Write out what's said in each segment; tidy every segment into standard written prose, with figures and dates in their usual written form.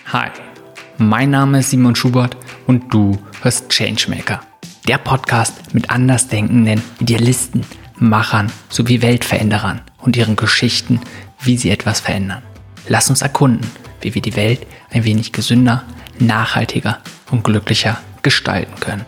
Hi, mein Name ist Simon Schubert und du hörst Changemaker. Der Podcast mit andersdenkenden Idealisten, Machern sowie Weltveränderern und ihren Geschichten, wie sie etwas verändern. Lass uns erkunden, wie wir die Welt ein wenig gesünder, nachhaltiger und glücklicher gestalten können.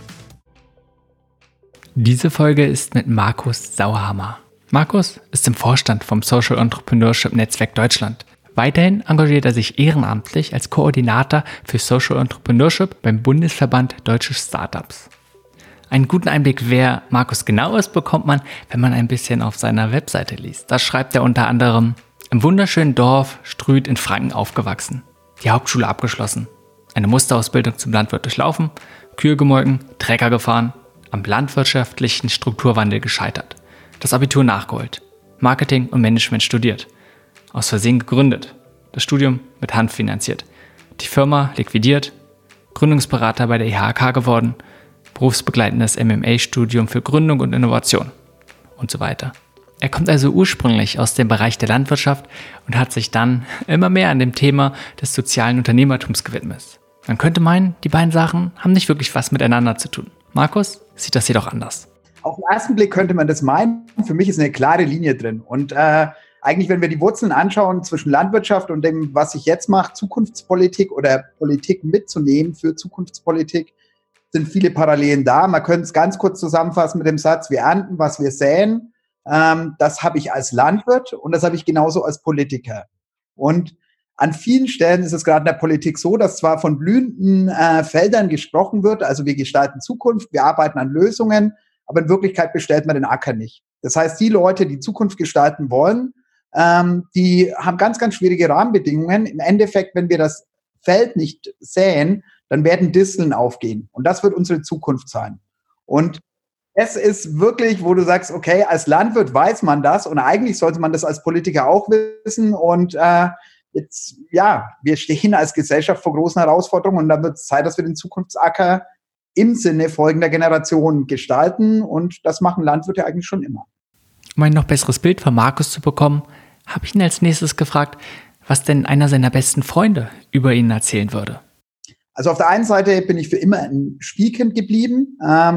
Diese Folge ist mit Markus Sauerhammer. Markus ist im Vorstand vom Social Entrepreneurship Netzwerk Deutschland. Weiterhin engagiert er sich ehrenamtlich als Koordinator für Social Entrepreneurship beim Bundesverband Deutsche Startups. Einen guten Einblick, wer Markus genau ist, bekommt man, wenn man ein bisschen auf seiner Webseite liest. Da schreibt er unter anderem: im wunderschönen Dorf Strüth in Franken aufgewachsen, die Hauptschule abgeschlossen, eine Musterausbildung zum Landwirt durchlaufen, Kühe gemolken, Trecker gefahren, am landwirtschaftlichen Strukturwandel gescheitert, das Abitur nachgeholt, Marketing und Management studiert, aus Versehen gegründet, das Studium mit Hand finanziert, die Firma liquidiert, Gründungsberater bei der IHK geworden, berufsbegleitendes MMA-Studium für Gründung und Innovation und so weiter. Er kommt also ursprünglich aus dem Bereich der Landwirtschaft und hat sich dann immer mehr an dem Thema des sozialen Unternehmertums gewidmet. Man könnte meinen, die beiden Sachen haben nicht wirklich was miteinander zu tun. Markus sieht das jedoch anders. Auf den ersten Blick könnte man das meinen. Für mich ist eine klare Linie drin. Und eigentlich, wenn wir die Wurzeln anschauen zwischen Landwirtschaft und dem, was ich jetzt mache, Zukunftspolitik oder Politik mitzunehmen für Zukunftspolitik, sind viele Parallelen da. Man könnte es ganz kurz zusammenfassen mit dem Satz: Wir ernten, was wir säen. Das habe ich als Landwirt und das habe ich genauso als Politiker. Und an vielen Stellen ist es gerade in der Politik so, dass zwar von blühenden Feldern gesprochen wird, also wir gestalten Zukunft, wir arbeiten an Lösungen, aber in Wirklichkeit bestellt man den Acker nicht. Das heißt, die Leute, die Zukunft gestalten wollen, die haben ganz, ganz schwierige Rahmenbedingungen. Im Endeffekt, wenn wir das Feld nicht säen, dann werden Disteln aufgehen. Und das wird unsere Zukunft sein. Und es ist wirklich, wo du sagst, okay, als Landwirt weiß man das und eigentlich sollte man das als Politiker auch wissen. Und jetzt, ja, wir stehen als Gesellschaft vor großen Herausforderungen und da wird es Zeit, dass wir den Zukunftsacker im Sinne folgender Generationen gestalten und das machen Landwirte eigentlich schon immer. Um ein noch besseres Bild von Markus zu bekommen, habe ich ihn als nächstes gefragt, was denn einer seiner besten Freunde über ihn erzählen würde. Also auf der einen Seite bin ich für immer ein Spielkind geblieben.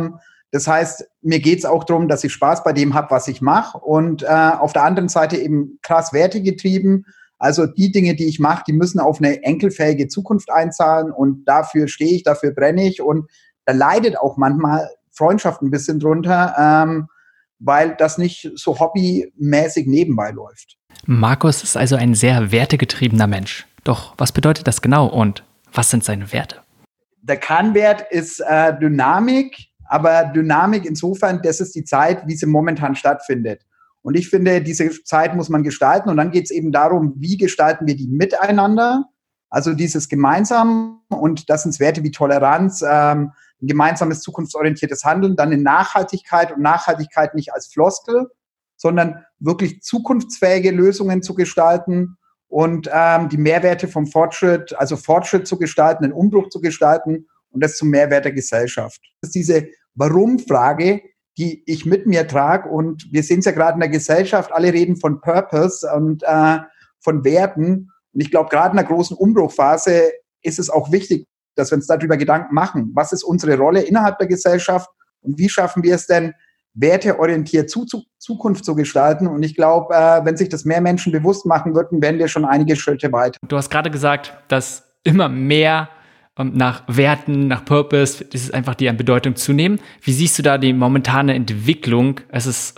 Das heißt, mir geht es auch darum, dass ich Spaß bei dem habe, was ich mache und auf der anderen Seite eben krass wertegetrieben. Also die Dinge, die ich mache, die müssen auf eine enkelfähige Zukunft einzahlen und dafür stehe ich, dafür brenne ich und da leidet auch manchmal Freundschaft ein bisschen drunter, weil das nicht so hobbymäßig nebenbei läuft. Markus ist also ein sehr wertegetriebener Mensch. Doch was bedeutet das genau und was sind seine Werte? Der Kernwert ist Dynamik, aber Dynamik insofern, das ist die Zeit, wie sie momentan stattfindet. Und ich finde, diese Zeit muss man gestalten und dann geht es eben darum, wie gestalten wir die miteinander, also dieses gemeinsam und das sind Werte wie Toleranz, ein gemeinsames zukunftsorientiertes Handeln, dann in Nachhaltigkeit und Nachhaltigkeit nicht als Floskel, sondern wirklich zukunftsfähige Lösungen zu gestalten und die Mehrwerte vom Fortschritt, also Fortschritt zu gestalten, einen Umbruch zu gestalten und das zum Mehrwert der Gesellschaft. Das ist diese Warum-Frage, die ich mit mir trage und wir sehen es ja gerade in der Gesellschaft, alle reden von Purpose und von Werten und ich glaube, gerade in der großen Umbruchphase ist es auch wichtig, dass wir uns darüber Gedanken machen. Was ist unsere Rolle innerhalb der Gesellschaft und wie schaffen wir es denn, werteorientiert Zukunft zu gestalten? Und ich glaube, wenn sich das mehr Menschen bewusst machen würden, wären wir schon einige Schritte weiter. Du hast gerade gesagt, dass immer mehr nach Werten, nach Purpose, das ist einfach die an Bedeutung zunehmen. Wie siehst du da die momentane Entwicklung? Bist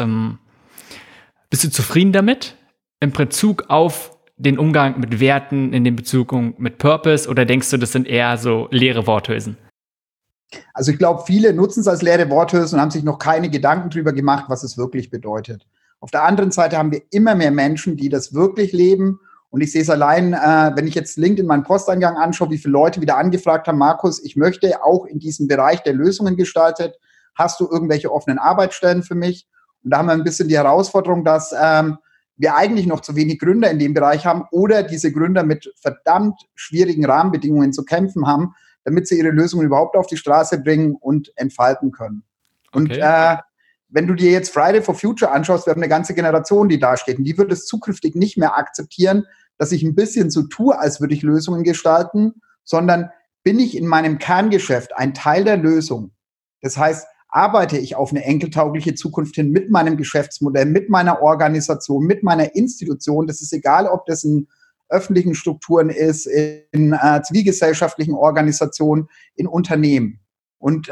du zufrieden damit? Im Bezug auf den Umgang mit Werten, in dem Bezug mit Purpose, oder denkst du, das sind eher so leere Worthülsen? Also ich glaube, viele nutzen es als leere Worthülsen und haben sich noch keine Gedanken darüber gemacht, was es wirklich bedeutet. Auf der anderen Seite haben wir immer mehr Menschen, die das wirklich leben. Und ich sehe es allein, wenn ich jetzt LinkedIn meinen Posteingang anschaue, wie viele Leute wieder angefragt haben: Markus, ich möchte auch in diesem Bereich der Lösungen gestaltet. Hast du irgendwelche offenen Arbeitsstellen für mich? Und da haben wir ein bisschen die Herausforderung, dass wir eigentlich noch zu wenig Gründer in dem Bereich haben oder diese Gründer mit verdammt schwierigen Rahmenbedingungen zu kämpfen haben, damit sie ihre Lösungen überhaupt auf die Straße bringen und entfalten können. Okay. Und wenn du dir jetzt Friday for Future anschaust, wir haben eine ganze Generation, die da steht und die wird es zukünftig nicht mehr akzeptieren, dass ich ein bisschen so tue, als würde ich Lösungen gestalten, sondern bin ich in meinem Kerngeschäft ein Teil der Lösung. Das heißt, arbeite ich auf eine enkeltaugliche Zukunft hin mit meinem Geschäftsmodell, mit meiner Organisation, mit meiner Institution. Das ist egal, ob das in öffentlichen Strukturen ist, in zivilgesellschaftlichen Organisationen, in Unternehmen. Und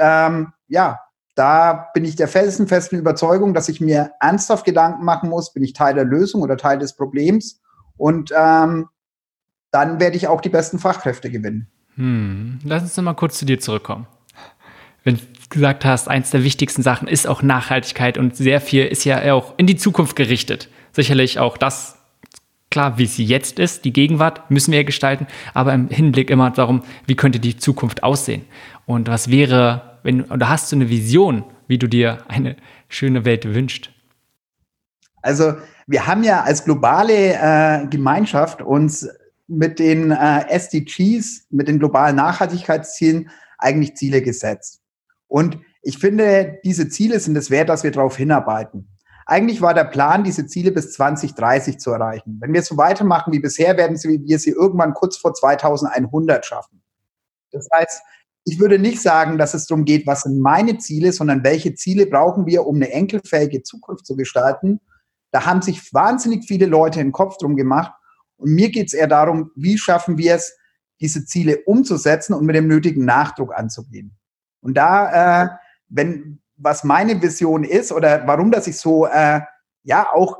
da bin ich der felsenfesten Überzeugung, dass ich mir ernsthaft Gedanken machen muss, bin ich Teil der Lösung oder Teil des Problems? Und dann werde ich auch die besten Fachkräfte gewinnen. Lass uns noch mal kurz zu dir zurückkommen. Wenn du gesagt hast, eins der wichtigsten Sachen ist auch Nachhaltigkeit und sehr viel ist ja auch in die Zukunft gerichtet. Sicherlich auch das, klar, wie sie jetzt ist, die Gegenwart müssen wir gestalten, aber im Hinblick immer darum, wie könnte die Zukunft aussehen? Und was wäre, oder hast du eine Vision, wie du dir eine schöne Welt wünschst? Also wir haben ja als globale Gemeinschaft uns mit den SDGs, mit den globalen Nachhaltigkeitszielen eigentlich Ziele gesetzt. Und ich finde, diese Ziele sind es wert, dass wir darauf hinarbeiten. Eigentlich war der Plan, diese Ziele bis 2030 zu erreichen. Wenn wir so weitermachen wie bisher, werden wir sie irgendwann kurz vor 2100 schaffen. Das heißt, ich würde nicht sagen, dass es darum geht, was sind meine Ziele, sondern welche Ziele brauchen wir, um eine enkelfähige Zukunft zu gestalten. Da haben sich wahnsinnig viele Leute den Kopf drum gemacht. Und mir geht es eher darum, wie schaffen wir es, diese Ziele umzusetzen und mit dem nötigen Nachdruck anzugehen. Und da, was meine Vision ist oder warum, dass ich so auch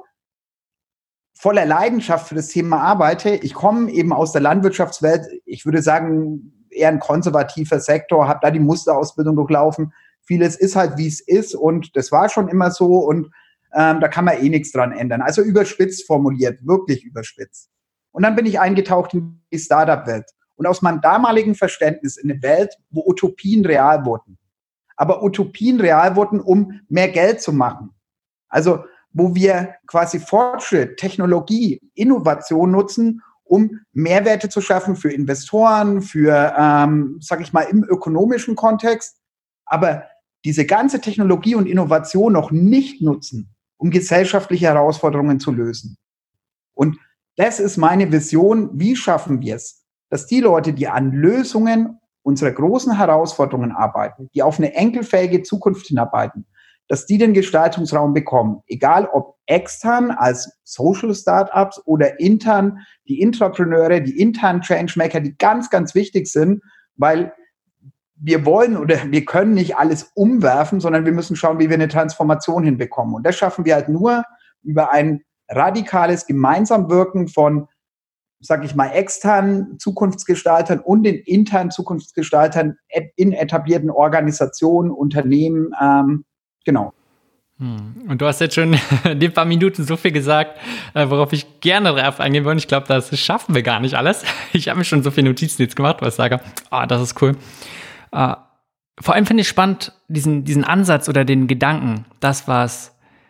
voller Leidenschaft für das Thema arbeite. Ich komme eben aus der Landwirtschaftswelt. Ich würde sagen, eher ein konservativer Sektor, habe da die Musterausbildung durchlaufen. Vieles ist halt, wie es ist und das war schon immer so und da kann man nichts dran ändern. Also überspitzt formuliert, wirklich überspitzt. Und dann bin ich eingetaucht in die Startup-Welt. Und aus meinem damaligen Verständnis in eine Welt, wo Utopien real wurden. Aber Utopien real wurden, um mehr Geld zu machen. Also wo wir quasi Fortschritt, Technologie, Innovation nutzen, um Mehrwerte zu schaffen für Investoren, für, im ökonomischen Kontext. Aber diese ganze Technologie und Innovation noch nicht nutzen, um gesellschaftliche Herausforderungen zu lösen. Und das ist meine Vision. Wie schaffen wir es, dass die Leute, die an Lösungen unserer großen Herausforderungen arbeiten, die auf eine enkelfähige Zukunft hinarbeiten, dass die den Gestaltungsraum bekommen, egal ob extern als Social Startups oder intern die Intrapreneure, die internen Changemaker, die ganz, ganz wichtig sind, weil wir wollen oder wir können nicht alles umwerfen, sondern wir müssen schauen, wie wir eine Transformation hinbekommen. Und das schaffen wir halt nur über ein radikales Gemeinsamwirken von, externen Zukunftsgestaltern und den internen Zukunftsgestaltern in etablierten Organisationen, Unternehmen, genau. Und du hast jetzt schon in den paar Minuten so viel gesagt, worauf ich gerne drauf eingehen würde. Ich glaube, das schaffen wir gar nicht alles. Ich habe mir schon so viele Notizen jetzt gemacht, weil ich sage, das ist cool. Vor allem finde ich spannend, diesen Ansatz oder den Gedanken, das, was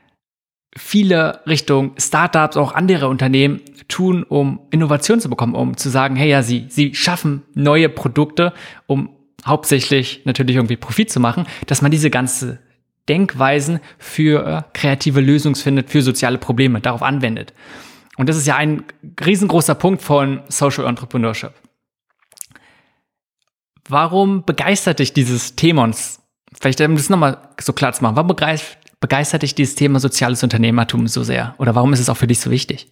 viele Richtung Startups, auch andere Unternehmen tun, um Innovation zu bekommen, um zu sagen, hey, ja, sie schaffen neue Produkte, um hauptsächlich natürlich irgendwie Profit zu machen, dass man diese ganze Denkweisen für kreative Lösungen findet, für soziale Probleme, darauf anwendet. Und das ist ja ein riesengroßer Punkt von Social Entrepreneurship. Warum begeistert dich dieses Thema? Und vielleicht, um das nochmal so klar zu machen, warum begeistert dich dieses Thema soziales Unternehmertum so sehr? Oder warum ist es auch für dich so wichtig?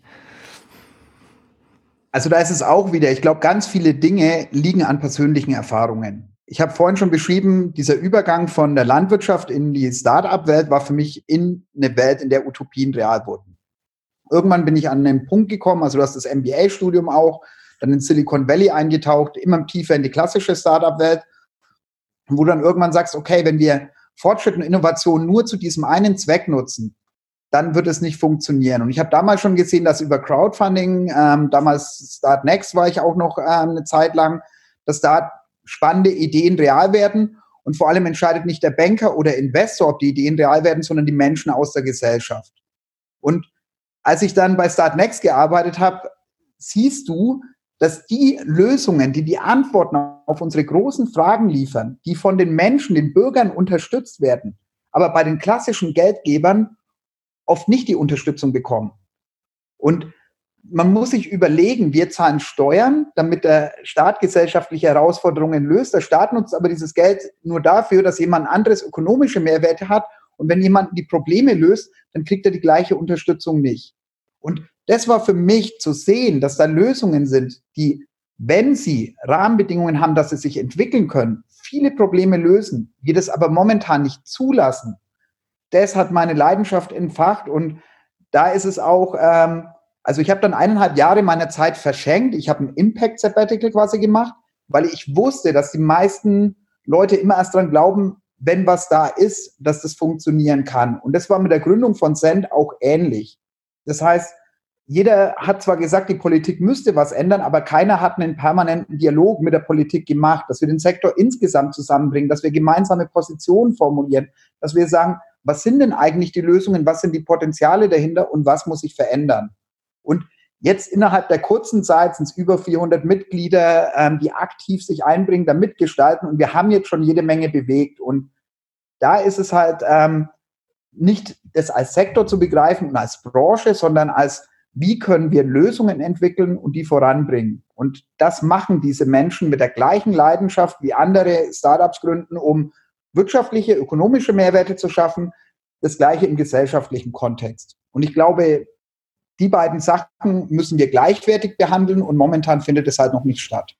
Also da ist es auch wieder, ich glaube, ganz viele Dinge liegen an persönlichen Erfahrungen. Ich habe vorhin schon beschrieben, dieser Übergang von der Landwirtschaft in die Start-up-Welt war für mich in eine Welt, in der Utopien real wurden. Irgendwann bin ich an einen Punkt gekommen, also du hast das MBA-Studium auch, dann in Silicon Valley eingetaucht, immer tiefer in die klassische Start-up-Welt, wo du dann irgendwann sagst, okay, wenn wir Fortschritt und Innovation nur zu diesem einen Zweck nutzen, dann wird es nicht funktionieren. Und ich habe damals schon gesehen, dass über Crowdfunding, damals Start Next war ich auch noch eine Zeit lang, dass da spannende Ideen real werden. Und vor allem entscheidet nicht der Banker oder Investor, ob die Ideen real werden, sondern die Menschen aus der Gesellschaft. Und als ich dann bei Start Next gearbeitet habe, siehst du, dass die Lösungen, die Antworten auf unsere großen Fragen liefern, die von den Menschen, den Bürgern unterstützt werden, aber bei den klassischen Geldgebern oft nicht die Unterstützung bekommen. Und man muss sich überlegen, wir zahlen Steuern, damit der Staat gesellschaftliche Herausforderungen löst. Der Staat nutzt aber dieses Geld nur dafür, dass jemand anderes ökonomische Mehrwerte hat. Und wenn jemand die Probleme löst, dann kriegt er die gleiche Unterstützung nicht. Und das war für mich zu sehen, dass da Lösungen sind, die, wenn sie Rahmenbedingungen haben, dass sie sich entwickeln können, viele Probleme lösen, wir das aber momentan nicht zulassen. Das hat meine Leidenschaft entfacht und da ist es auch, also ich habe dann 1,5 Jahre meiner Zeit verschenkt. Ich habe ein Impact Sabbatical quasi gemacht, weil ich wusste, dass die meisten Leute immer erst dran glauben, wenn was da ist, dass das funktionieren kann. Und das war mit der Gründung von Cent auch ähnlich. Das heißt, jeder hat zwar gesagt, die Politik müsste was ändern, aber keiner hat einen permanenten Dialog mit der Politik gemacht, dass wir den Sektor insgesamt zusammenbringen, dass wir gemeinsame Positionen formulieren, dass wir sagen, was sind denn eigentlich die Lösungen, was sind die Potenziale dahinter und was muss sich verändern? Und jetzt innerhalb der kurzen Zeit sind es über 400 Mitglieder, die aktiv sich einbringen, da mitgestalten. Und wir haben jetzt schon jede Menge bewegt. Und da ist es halt nicht das als Sektor zu begreifen und als Branche, sondern als, wie können wir Lösungen entwickeln und die voranbringen. Und das machen diese Menschen mit der gleichen Leidenschaft, wie andere Startups gründen, um wirtschaftliche, ökonomische Mehrwerte zu schaffen. Das Gleiche im gesellschaftlichen Kontext. Und ich glaube, die beiden Sachen müssen wir gleichwertig behandeln und momentan findet es halt noch nicht statt.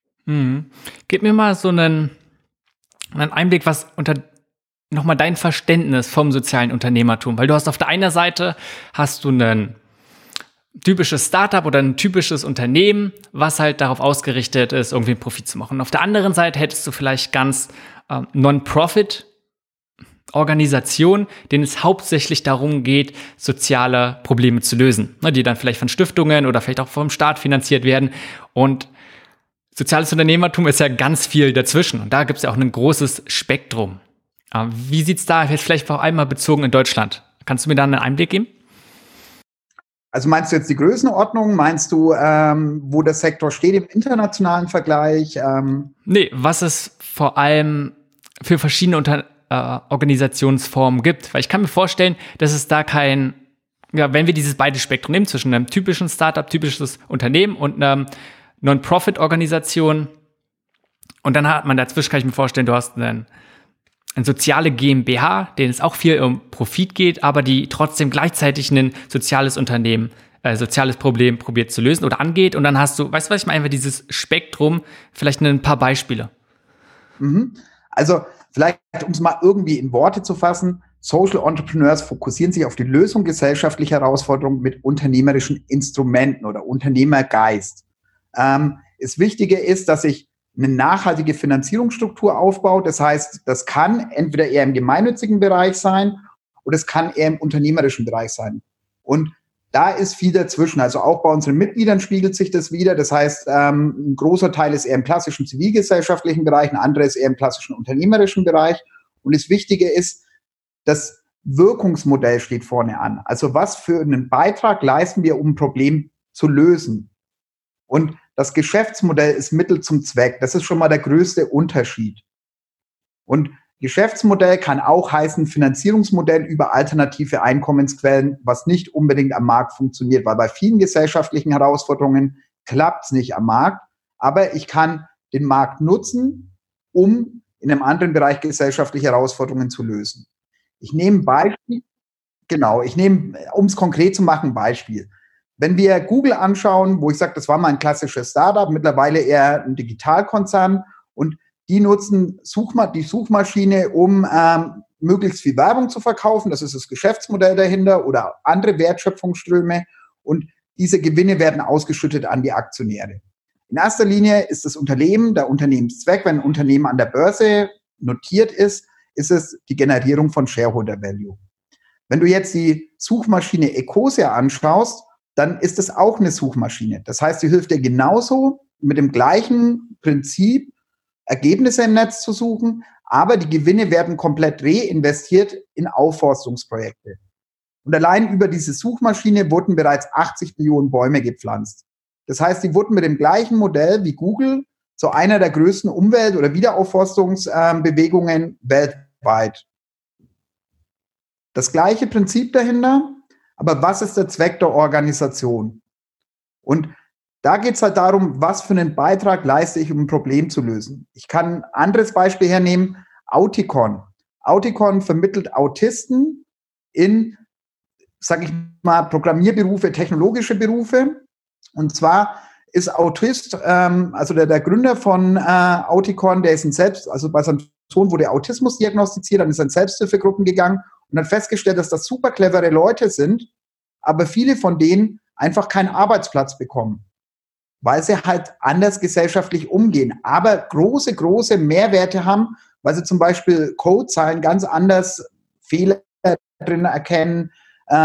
Gib mir mal so einen Einblick, was nochmal dein Verständnis vom sozialen Unternehmertum, weil du hast auf der einen Seite hast du ein typisches Startup oder ein typisches Unternehmen, was halt darauf ausgerichtet ist, irgendwie einen Profit zu machen. Und auf der anderen Seite hättest du vielleicht ganz Non-Profit Organisationen, denen es hauptsächlich darum geht, soziale Probleme zu lösen, die dann vielleicht von Stiftungen oder vielleicht auch vom Staat finanziert werden. Und soziales Unternehmertum ist ja ganz viel dazwischen. Und da gibt es ja auch ein großes Spektrum. Wie sieht es da jetzt vielleicht vor allem mal bezogen in Deutschland? Kannst du mir da einen Einblick geben? Also meinst du jetzt die Größenordnung? Meinst du, wo der Sektor steht im internationalen Vergleich? Nee, was es vor allem für verschiedene Organisationsformen gibt. Weil ich kann mir vorstellen, dass es da wenn wir dieses beide Spektrum nehmen, zwischen einem typischen Startup, typisches Unternehmen und einer Non-Profit-Organisation und dann hat man dazwischen, kann ich mir vorstellen, du hast eine soziale GmbH, denen es auch viel um Profit geht, aber die trotzdem gleichzeitig ein soziales Problem probiert zu lösen oder angeht und dann hast du, weißt du was ich meine, einfach dieses Spektrum, vielleicht ein paar Beispiele. Also vielleicht, um es mal irgendwie in Worte zu fassen, Social Entrepreneurs fokussieren sich auf die Lösung gesellschaftlicher Herausforderungen mit unternehmerischen Instrumenten oder Unternehmergeist. Das Wichtige ist, dass ich eine nachhaltige Finanzierungsstruktur aufbaue. Das heißt, das kann entweder eher im gemeinnützigen Bereich sein oder es kann eher im unternehmerischen Bereich sein. Und da ist viel dazwischen. Also auch bei unseren Mitgliedern spiegelt sich das wieder. Das heißt, ein großer Teil ist eher im klassischen zivilgesellschaftlichen Bereich, ein anderer ist eher im klassischen unternehmerischen Bereich. Und das Wichtige ist, das Wirkungsmodell steht vorne an. Also was für einen Beitrag leisten wir, um ein Problem zu lösen? Und das Geschäftsmodell ist Mittel zum Zweck. Das ist schon mal der größte Unterschied. Und Geschäftsmodell kann auch heißen Finanzierungsmodell über alternative Einkommensquellen, was nicht unbedingt am Markt funktioniert, weil bei vielen gesellschaftlichen Herausforderungen klappt es nicht am Markt. Aber ich kann den Markt nutzen, um in einem anderen Bereich gesellschaftliche Herausforderungen zu lösen. Ich nehme ein Beispiel, um es konkret zu machen, ein Beispiel. Wenn wir Google anschauen, wo ich sage, das war mal ein klassisches Startup, mittlerweile eher ein Digitalkonzern und die nutzen die Suchmaschine, um möglichst viel Werbung zu verkaufen. Das ist das Geschäftsmodell dahinter oder andere Wertschöpfungsströme. Und diese Gewinne werden ausgeschüttet an die Aktionäre. In erster Linie ist das Unternehmen, der Unternehmenszweck, wenn ein Unternehmen an der Börse notiert ist es die Generierung von Shareholder Value. Wenn du jetzt die Suchmaschine Ecosia anschaust, dann ist es auch eine Suchmaschine. Das heißt, sie hilft dir genauso mit dem gleichen Prinzip, Ergebnisse im Netz zu suchen, aber die Gewinne werden komplett reinvestiert in Aufforstungsprojekte. Und allein über diese Suchmaschine wurden bereits 80 Millionen Bäume gepflanzt. Das heißt, die wurden mit dem gleichen Modell wie Google zu einer der größten Umwelt- oder Wiederaufforstungsbewegungen weltweit. Das gleiche Prinzip dahinter, aber was ist der Zweck der Organisation? Und da geht es halt darum, was für einen Beitrag leiste ich, um ein Problem zu lösen. Ich kann ein anderes Beispiel hernehmen, Auticon. Auticon vermittelt Autisten in, sage ich mal, Programmierberufe, technologische Berufe. Und zwar ist Autist, also der Gründer von Auticon, der ist also bei seinem Sohn wurde Autismus diagnostiziert, dann ist er in Selbsthilfegruppen gegangen und hat festgestellt, dass das super clevere Leute sind, aber viele von denen einfach keinen Arbeitsplatz bekommen, weil sie halt anders gesellschaftlich umgehen, aber große Mehrwerte haben, weil sie zum Beispiel Codezeilen ganz anders Fehler drin erkennen.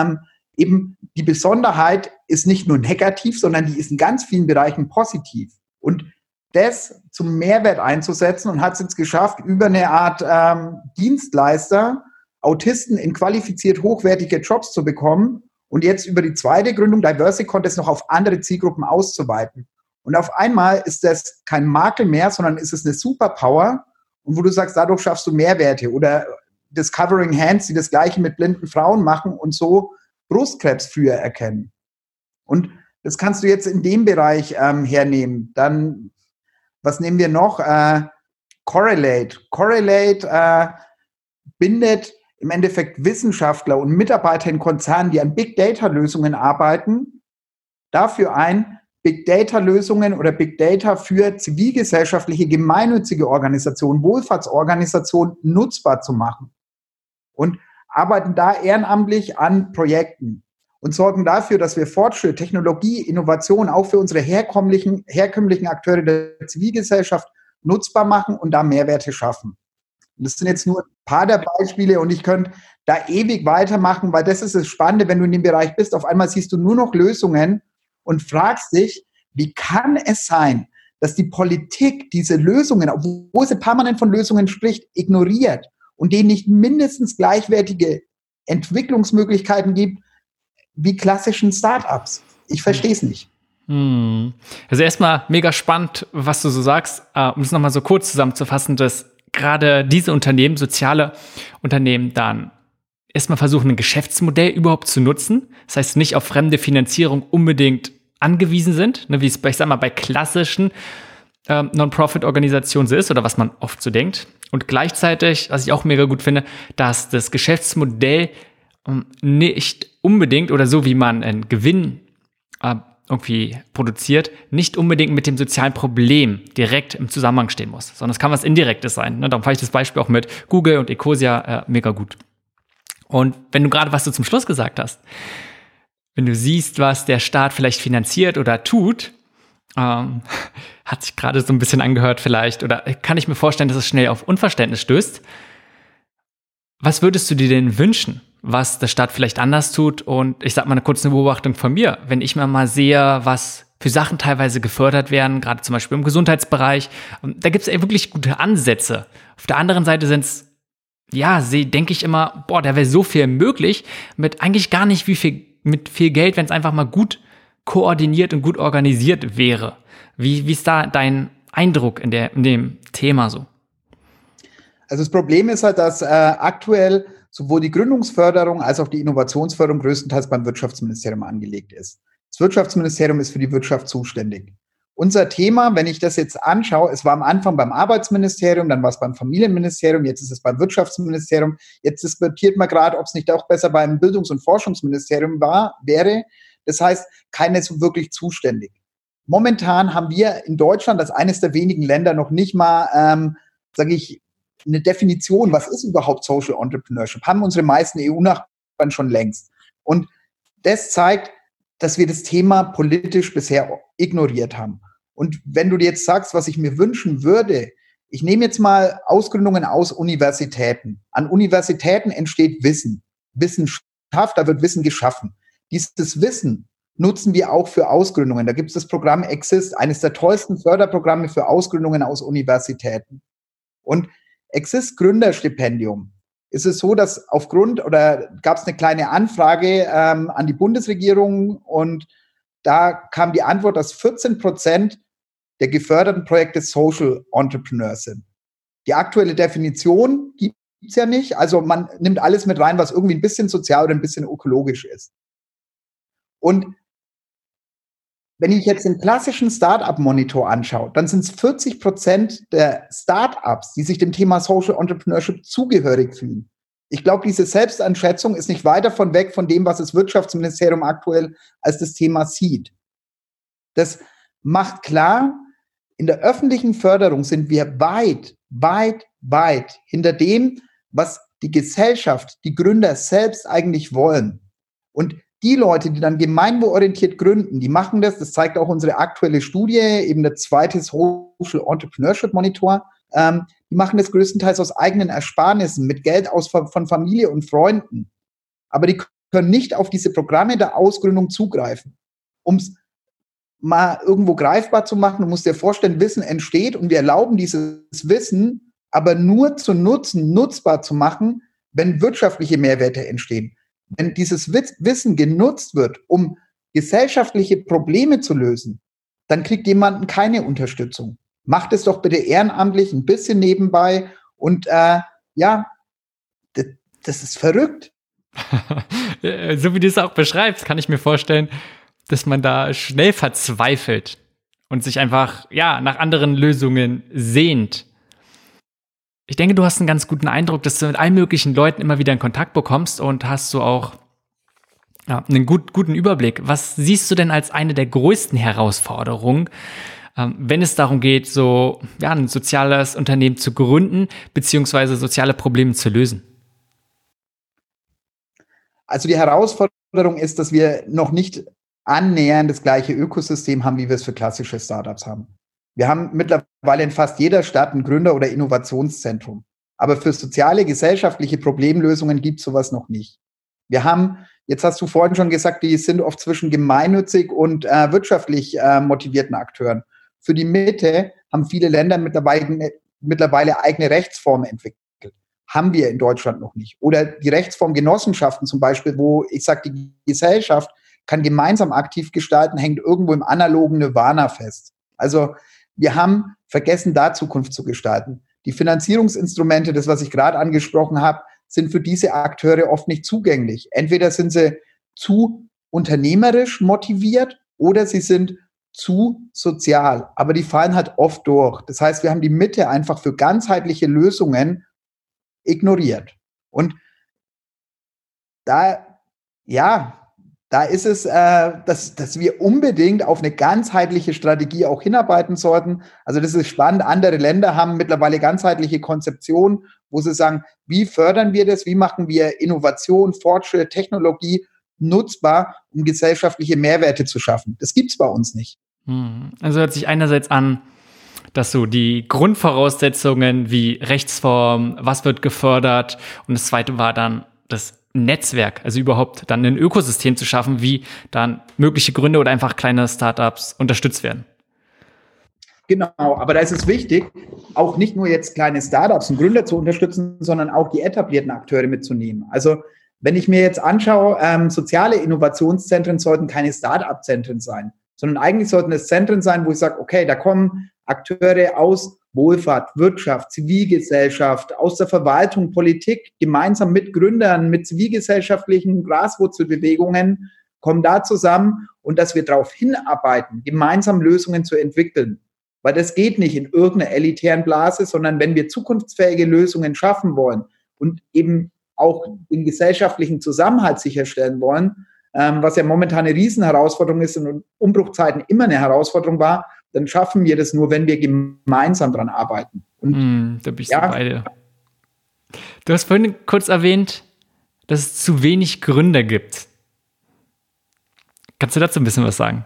Eben die Besonderheit ist nicht nur negativ, sondern die ist in ganz vielen Bereichen positiv. Und das zum Mehrwert einzusetzen und hat es jetzt geschafft, über eine Art Dienstleister Autisten in qualifiziert hochwertige Jobs zu bekommen und jetzt über die zweite Gründung Diversicon das noch auf andere Zielgruppen auszuweiten. Und auf einmal ist das kein Makel mehr, sondern ist es eine Superpower und wo du sagst, dadurch schaffst du Mehrwerte oder Discovering Hands, die das Gleiche mit blinden Frauen machen und so Brustkrebs früher erkennen. Und das kannst du jetzt in dem Bereich hernehmen. Dann, was nehmen wir noch? Correlate. Correlate bindet im Endeffekt Wissenschaftler und Mitarbeiter in Konzernen, die an Big-Data-Lösungen arbeiten, dafür ein, Big-Data-Lösungen oder Big-Data für zivilgesellschaftliche, gemeinnützige Organisationen, Wohlfahrtsorganisationen nutzbar zu machen. Und arbeiten da ehrenamtlich an Projekten und sorgen dafür, dass wir Fortschritt, Technologie, Innovation auch für unsere herkömmlichen Akteure der Zivilgesellschaft nutzbar machen und da Mehrwerte schaffen. Und das sind jetzt nur ein paar der Beispiele und ich könnte da ewig weitermachen, weil das ist das Spannende, wenn du in dem Bereich bist, auf einmal siehst du nur noch Lösungen und fragst dich, wie kann es sein, dass die Politik diese Lösungen, obwohl sie permanent von Lösungen spricht, ignoriert und denen nicht mindestens gleichwertige Entwicklungsmöglichkeiten gibt wie klassischen Startups. Ich verstehe es nicht. Also erstmal mega spannend, was du so sagst. Um es nochmal so kurz zusammenzufassen, dass gerade diese Unternehmen, soziale Unternehmen, dann erstmal versuchen, ein Geschäftsmodell überhaupt zu nutzen. Das heißt, nicht auf fremde Finanzierung unbedingt angewiesen sind, ne, wie es bei klassischen Non-Profit-Organisationen so ist oder was man oft so denkt. Und gleichzeitig, was ich auch mega gut finde, dass das Geschäftsmodell nicht unbedingt oder so wie man einen Gewinn irgendwie produziert, nicht unbedingt mit dem sozialen Problem direkt im Zusammenhang stehen muss, sondern es kann was Indirektes sein. Ne? Darum fand ich das Beispiel auch mit Google und Ecosia mega gut. Und wenn du gerade, was du zum Schluss gesagt hast, wenn du siehst, was der Staat vielleicht finanziert oder tut, hat sich gerade so ein bisschen angehört vielleicht, oder kann ich mir vorstellen, dass es schnell auf Unverständnis stößt. Was würdest du dir denn wünschen, was der Staat vielleicht anders tut? Und ich sag mal eine kurze Beobachtung von mir. Wenn ich mir mal sehe, was für Sachen teilweise gefördert werden, gerade zum Beispiel im Gesundheitsbereich, da gibt es wirklich gute Ansätze. Auf der anderen Seite sind es, denke ich immer, da wäre so viel möglich, mit eigentlich gar nicht mit viel Geld, wenn es einfach mal gut koordiniert und gut organisiert wäre. Wie ist da dein Eindruck in dem Thema so? Also das Problem ist halt, dass aktuell sowohl die Gründungsförderung als auch die Innovationsförderung größtenteils beim Wirtschaftsministerium angelegt ist. Das Wirtschaftsministerium ist für die Wirtschaft zuständig. Unser Thema, wenn ich das jetzt anschaue, es war am Anfang beim Arbeitsministerium, dann war es beim Familienministerium, jetzt ist es beim Wirtschaftsministerium. Jetzt diskutiert man gerade, ob es nicht auch besser beim Bildungs- und Forschungsministerium wäre. Das heißt, keiner ist so wirklich zuständig. Momentan haben wir in Deutschland als eines der wenigen Länder noch nicht mal, eine Definition, was ist überhaupt Social Entrepreneurship, haben unsere meisten EU-Nachbarn schon längst. Und das zeigt, dass wir das Thema politisch bisher ignoriert haben. Und wenn du dir jetzt sagst, was ich mir wünschen würde, ich nehme jetzt mal Ausgründungen aus Universitäten. An Universitäten entsteht Wissen. Wissenschaft, da wird Wissen geschaffen. Dieses Wissen nutzen wir auch für Ausgründungen. Da gibt es das Programm Exist, eines der tollsten Förderprogramme für Ausgründungen aus Universitäten. Und Exist Gründerstipendium ist es so, dass gab es eine kleine Anfrage an die Bundesregierung und da kam die Antwort, dass 14% der geförderten Projekte Social Entrepreneurs sind. Die aktuelle Definition gibt es ja nicht, also man nimmt alles mit rein, was irgendwie ein bisschen sozial oder ein bisschen ökologisch ist. Und wenn ich jetzt den klassischen Startup-Monitor anschaue, dann sind es 40% der Startups, die sich dem Thema Social Entrepreneurship zugehörig fühlen. Ich glaube, diese Selbstanschätzung ist nicht weit davon weg von dem, was das Wirtschaftsministerium aktuell als das Thema sieht. Das macht klar, in der öffentlichen Förderung sind wir weit, weit, weit hinter dem, was die Gesellschaft, die Gründer selbst eigentlich wollen. Und die Leute, die dann gemeinwohlorientiert gründen, die machen das zeigt auch unsere aktuelle Studie, eben der zweite Social Entrepreneurship Monitor, die machen das größtenteils aus eigenen Ersparnissen, mit Geld von Familie und Freunden. Aber die können nicht auf diese Programme der Ausgründung zugreifen. Um es mal irgendwo greifbar zu machen, du musst dir vorstellen, Wissen entsteht und wir erlauben dieses Wissen aber nur zu nutzen, nutzbar zu machen, wenn wirtschaftliche Mehrwerte entstehen. Wenn dieses Wissen genutzt wird, um gesellschaftliche Probleme zu lösen, dann kriegt jemand keine Unterstützung. Macht es doch bitte ehrenamtlich, ein bisschen nebenbei und das ist verrückt. So wie du es auch beschreibst, kann ich mir vorstellen, dass man da schnell verzweifelt und sich einfach nach anderen Lösungen sehnt. Ich denke, du hast einen ganz guten Eindruck, dass du mit allen möglichen Leuten immer wieder in Kontakt bekommst und hast so auch einen guten Überblick. Was siehst du denn als eine der größten Herausforderungen, wenn es darum geht, so ein soziales Unternehmen zu gründen, beziehungsweise soziale Probleme zu lösen? Also die Herausforderung ist, dass wir noch nicht annähernd das gleiche Ökosystem haben, wie wir es für klassische Startups haben. Wir haben mittlerweile in fast jeder Stadt ein Gründer- oder Innovationszentrum. Aber für soziale, gesellschaftliche Problemlösungen gibt es sowas noch nicht. Wir haben, jetzt hast du vorhin schon gesagt, die sind oft zwischen gemeinnützig und wirtschaftlich motivierten Akteuren. Für die Mitte haben viele Länder mittlerweile eigene Rechtsformen entwickelt. Haben wir in Deutschland noch nicht. Oder die Rechtsform Genossenschaften zum Beispiel, wo ich sage, die Gesellschaft kann gemeinsam aktiv gestalten, hängt irgendwo im analogen Nirvana fest. Also wir haben vergessen, da Zukunft zu gestalten. Die Finanzierungsinstrumente, das, was ich gerade angesprochen habe, sind für diese Akteure oft nicht zugänglich. Entweder sind sie zu unternehmerisch motiviert oder sie sind zu sozial. Aber die fallen halt oft durch. Das heißt, wir haben die Mitte einfach für ganzheitliche Lösungen ignoriert. Und da ist es, dass wir unbedingt auf eine ganzheitliche Strategie auch hinarbeiten sollten. Also das ist spannend. Andere Länder haben mittlerweile ganzheitliche Konzeptionen, wo sie sagen, wie fördern wir das? Wie machen wir Innovation, Fortschritt, Technologie nutzbar, um gesellschaftliche Mehrwerte zu schaffen? Das gibt es bei uns nicht. Also hört sich einerseits an, dass so die Grundvoraussetzungen wie Rechtsform, was wird gefördert, und das zweite war dann das Netzwerk, also überhaupt dann ein Ökosystem zu schaffen, wie dann mögliche Gründe oder einfach kleine Startups unterstützt werden. Genau, aber da ist es wichtig, auch nicht nur jetzt kleine Startups und Gründer zu unterstützen, sondern auch die etablierten Akteure mitzunehmen. Also wenn ich mir jetzt anschaue, soziale Innovationszentren sollten keine Start-up-Zentren sein, sondern eigentlich sollten es Zentren sein, wo ich sage, okay, da kommen Akteure aus Wohlfahrt, Wirtschaft, Zivilgesellschaft, aus der Verwaltung, Politik, gemeinsam mit Gründern, mit zivilgesellschaftlichen Graswurzelbewegungen, kommen da zusammen und dass wir darauf hinarbeiten, gemeinsam Lösungen zu entwickeln. Weil das geht nicht in irgendeiner elitären Blase, sondern wenn wir zukunftsfähige Lösungen schaffen wollen und eben auch den gesellschaftlichen Zusammenhalt sicherstellen wollen, was ja momentan eine Riesenherausforderung ist und in Umbruchzeiten immer eine Herausforderung war, dann schaffen wir das nur, wenn wir gemeinsam dran arbeiten. Und da bin ich so bei dir. Du hast vorhin kurz erwähnt, dass es zu wenig Gründer gibt. Kannst du dazu ein bisschen was sagen?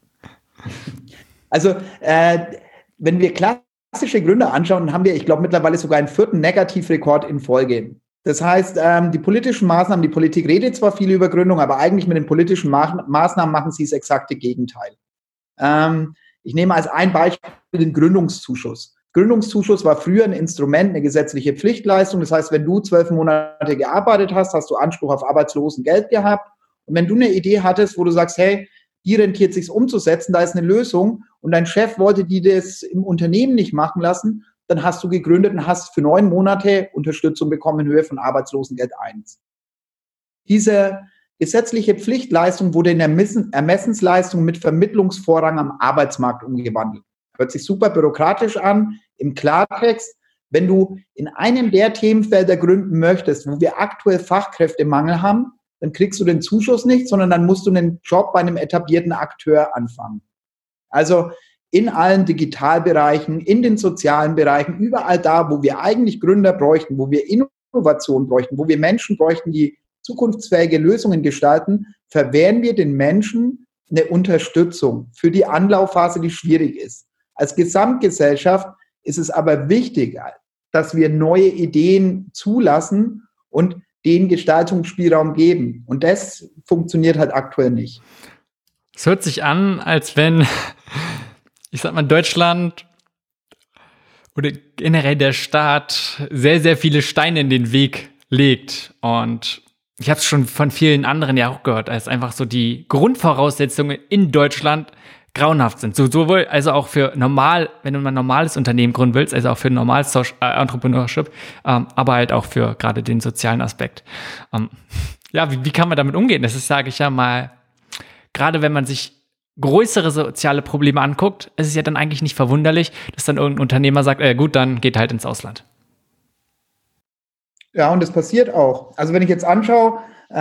Also, wenn wir klassische Gründer anschauen, haben wir, ich glaube, mittlerweile sogar einen 4. Negativrekord in Folge. Das heißt, die politischen Maßnahmen, die Politik redet zwar viel über Gründung, aber eigentlich mit den politischen Maßnahmen machen sie das exakte Gegenteil. Ich nehme als ein Beispiel den Gründungszuschuss. Gründungszuschuss war früher ein Instrument, eine gesetzliche Pflichtleistung. Das heißt, wenn du 12 Monate gearbeitet hast, hast du Anspruch auf Arbeitslosengeld gehabt. Und wenn du eine Idee hattest, wo du sagst, hey, die rentiert sich umzusetzen, da ist eine Lösung und dein Chef wollte die das im Unternehmen nicht machen lassen, dann hast du gegründet und hast für 9 Monate Unterstützung bekommen in Höhe von Arbeitslosengeld 1. Dieser Gesetzliche Pflichtleistung wurde in Ermessensleistung mit Vermittlungsvorrang am Arbeitsmarkt umgewandelt. Hört sich super bürokratisch an. Im Klartext, wenn du in einem der Themenfelder gründen möchtest, wo wir aktuell Fachkräftemangel haben, dann kriegst du den Zuschuss nicht, sondern dann musst du einen Job bei einem etablierten Akteur anfangen. Also in allen Digitalbereichen, in den sozialen Bereichen, überall da, wo wir eigentlich Gründer bräuchten, wo wir Innovation bräuchten, wo wir Menschen bräuchten, die zukunftsfähige Lösungen gestalten, verwehren wir den Menschen eine Unterstützung für die Anlaufphase, die schwierig ist. Als Gesamtgesellschaft ist es aber wichtig, dass wir neue Ideen zulassen und den Gestaltungsspielraum geben. Und das funktioniert halt aktuell nicht. Es hört sich an, als wenn, ich sag mal, Deutschland oder generell der Staat sehr, sehr viele Steine in den Weg legt. Und ich habe es schon von vielen anderen ja auch gehört, als einfach so die Grundvoraussetzungen in Deutschland grauenhaft sind. Sowohl also auch für normal, wenn du mal ein normales Unternehmen gründen willst, also auch für normales Entrepreneurship, aber halt auch für gerade den sozialen Aspekt. Wie kann man damit umgehen? Das ist, sage ich ja mal, gerade wenn man sich größere soziale Probleme anguckt, ist es ja dann eigentlich nicht verwunderlich, dass dann irgendein Unternehmer sagt, gut, dann geht halt ins Ausland. Ja, und das passiert auch. Also wenn ich jetzt anschaue,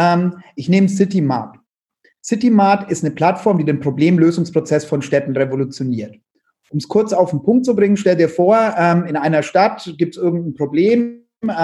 ich nehme Citymart. Citymart ist eine Plattform, die den Problemlösungsprozess von Städten revolutioniert. Um es kurz auf den Punkt zu bringen, stell dir vor, in einer Stadt gibt es irgendein Problem.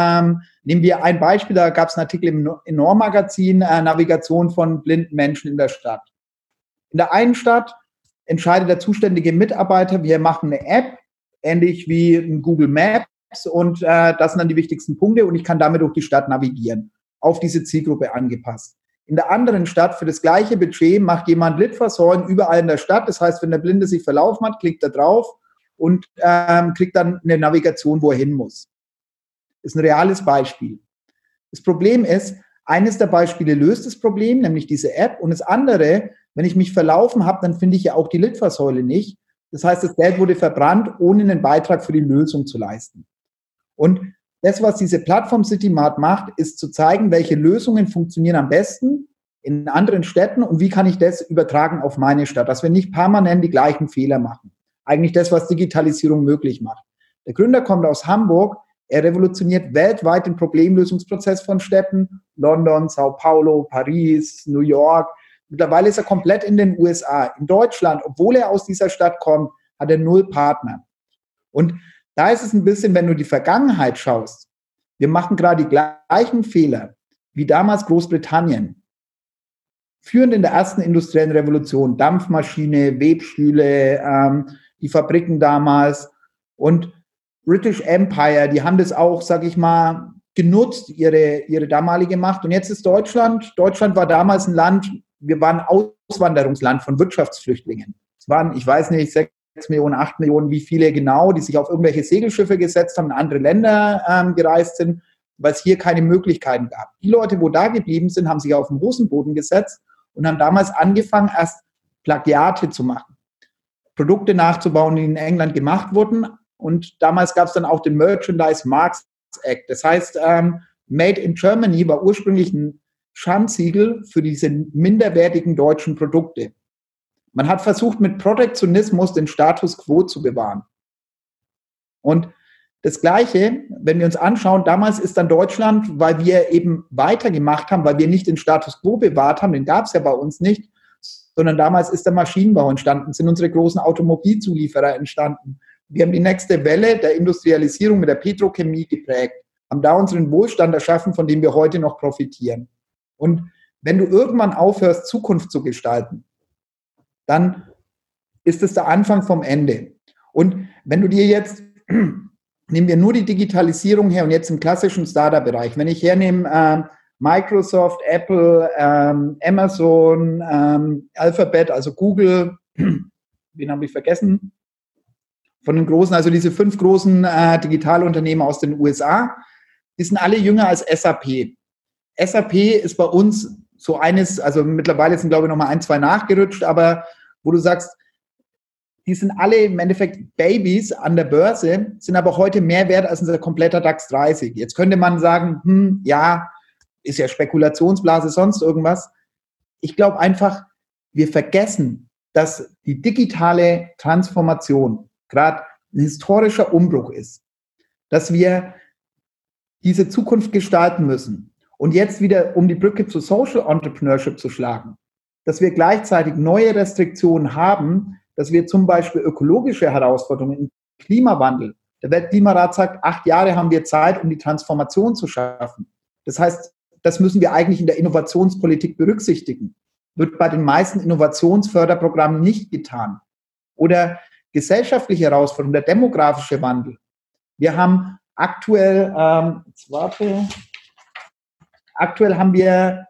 Nehmen wir ein Beispiel, da gab es einen Artikel im Enorm-Magazin, Navigation von blinden Menschen in der Stadt. In der einen Stadt entscheidet der zuständige Mitarbeiter, wir machen eine App, ähnlich wie ein Google Maps, und das sind dann die wichtigsten Punkte und ich kann damit durch die Stadt navigieren, auf diese Zielgruppe angepasst. In der anderen Stadt für das gleiche Budget macht jemand Litfaßsäulen überall in der Stadt. Das heißt, wenn der Blinde sich verlaufen hat, klickt er drauf und kriegt dann eine Navigation, wo er hin muss. Das ist ein reales Beispiel. Das Problem ist, eines der Beispiele löst das Problem, nämlich diese App. Und das andere, wenn ich mich verlaufen habe, dann finde ich ja auch die Litfaßsäule nicht. Das heißt, das Geld wurde verbrannt, ohne einen Beitrag für die Lösung zu leisten. Und das, was diese Plattform Citymart macht, ist zu zeigen, welche Lösungen funktionieren am besten in anderen Städten und wie kann ich das übertragen auf meine Stadt, dass wir nicht permanent die gleichen Fehler machen. Eigentlich das, was Digitalisierung möglich macht. Der Gründer kommt aus Hamburg, er revolutioniert weltweit den Problemlösungsprozess von Städten, London, Sao Paulo, Paris, New York. Mittlerweile ist er komplett in den USA. In Deutschland, obwohl er aus dieser Stadt kommt, hat er 0 Partner. Und da ist es ein bisschen, wenn du die Vergangenheit schaust, wir machen gerade die gleichen Fehler wie damals Großbritannien. Führend in der ersten industriellen Revolution, Dampfmaschine, Webstühle, die Fabriken damals und British Empire, die haben das auch, sag ich mal, genutzt, ihre damalige Macht. Und jetzt ist Deutschland war damals ein Land, wir waren Auswanderungsland von Wirtschaftsflüchtlingen. Es waren, ich weiß nicht, 6 Millionen, 8 Millionen, wie viele genau, die sich auf irgendwelche Segelschiffe gesetzt haben, in andere Länder gereist sind, weil es hier keine Möglichkeiten gab. Die Leute, wo da geblieben sind, haben sich auf den Hosenboden gesetzt und haben damals angefangen, erst Plagiate zu machen, Produkte nachzubauen, die in England gemacht wurden. Und damals gab es dann auch den Merchandise Marks Act. Das heißt, Made in Germany war ursprünglich ein Schandsiegel für diese minderwertigen deutschen Produkte. Man hat versucht, mit Protektionismus den Status quo zu bewahren. Und das Gleiche, wenn wir uns anschauen, damals ist dann Deutschland, weil wir eben weitergemacht haben, weil wir nicht den Status quo bewahrt haben, den gab es ja bei uns nicht, sondern damals ist der Maschinenbau entstanden, sind unsere großen Automobilzulieferer entstanden. Wir haben die nächste Welle der Industrialisierung mit der Petrochemie geprägt, haben da unseren Wohlstand erschaffen, von dem wir heute noch profitieren. Und wenn du irgendwann aufhörst, Zukunft zu gestalten, dann ist es der Anfang vom Ende. Und wenn du dir jetzt, nehmen wir nur die Digitalisierung her und jetzt im klassischen Startup-Bereich, wenn ich hernehme Microsoft, Apple, Amazon, Alphabet, also Google, wen habe ich vergessen? Von den großen, also diese 5 großen Digitalunternehmen aus den USA, die sind alle jünger als SAP. SAP ist bei uns so eines, also mittlerweile sind, glaube ich, nochmal 1, 2 nachgerutscht, aber wo du sagst, die sind alle im Endeffekt Babys an der Börse, sind aber heute mehr wert als unser kompletter DAX 30. Jetzt könnte man sagen, ja, ist ja Spekulationsblase, sonst irgendwas. ich glaube einfach, wir vergessen, dass die digitale Transformation gerade ein historischer Umbruch ist, dass wir diese Zukunft gestalten müssen. Und jetzt wieder, um die Brücke zu Social Entrepreneurship zu schlagen, dass wir gleichzeitig neue Restriktionen haben, dass wir zum Beispiel ökologische Herausforderungen im Klimawandel, der Weltklimarat sagt, 8 Jahre haben wir Zeit, um die Transformation zu schaffen. Das heißt, das müssen wir eigentlich in der Innovationspolitik berücksichtigen. Wird bei den meisten Innovationsförderprogrammen nicht getan. Oder gesellschaftliche Herausforderungen, der demografische Wandel. Wir haben aktuell haben wir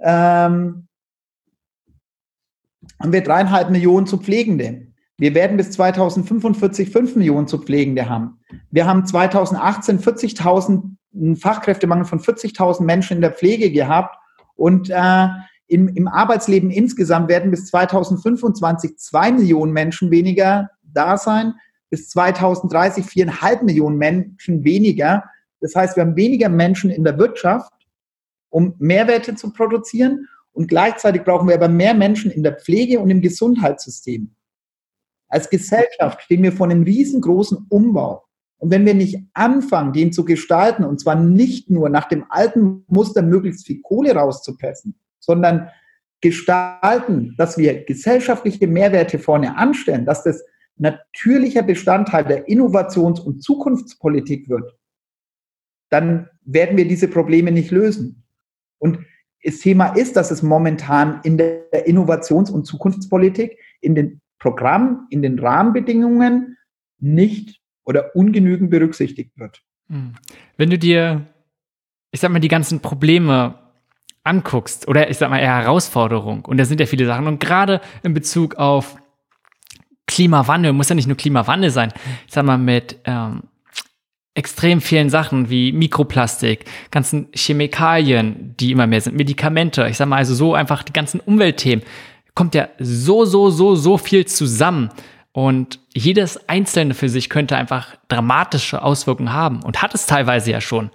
3,5 Millionen zu Pflegende. Wir werden bis 2045 5 Millionen zu Pflegende haben. Wir haben 2018 einen Fachkräftemangel von 40.000 Menschen in der Pflege gehabt und im Arbeitsleben insgesamt werden bis 2025 2 Millionen Menschen weniger da sein, bis 2030 4,5 Millionen Menschen weniger. Das heißt, wir haben weniger Menschen in der Wirtschaft, um Mehrwerte zu produzieren, und gleichzeitig brauchen wir aber mehr Menschen in der Pflege und im Gesundheitssystem. Als Gesellschaft stehen wir vor einem riesengroßen Umbau. Und wenn wir nicht anfangen, den zu gestalten, und zwar nicht nur nach dem alten Muster möglichst viel Kohle rauszupressen, sondern gestalten, dass wir gesellschaftliche Mehrwerte vorne anstellen, dass das natürlicher Bestandteil der Innovations- und Zukunftspolitik wird, dann werden wir diese Probleme nicht lösen. Und das Thema ist, dass es momentan in der Innovations- und Zukunftspolitik, in den Programmen, in den Rahmenbedingungen nicht oder ungenügend berücksichtigt wird. Wenn du dir, ich sag mal, die ganzen Probleme anguckst oder ich sag mal eher Herausforderungen, und da sind ja viele Sachen, und gerade in Bezug auf Klimawandel, muss ja nicht nur Klimawandel sein, ich sag mal mit extrem vielen Sachen wie Mikroplastik, ganzen Chemikalien, die immer mehr sind, Medikamente, ich sag mal also so einfach die ganzen Umweltthemen, kommt ja so viel zusammen, und jedes Einzelne für sich könnte einfach dramatische Auswirkungen haben und hat es teilweise ja schon.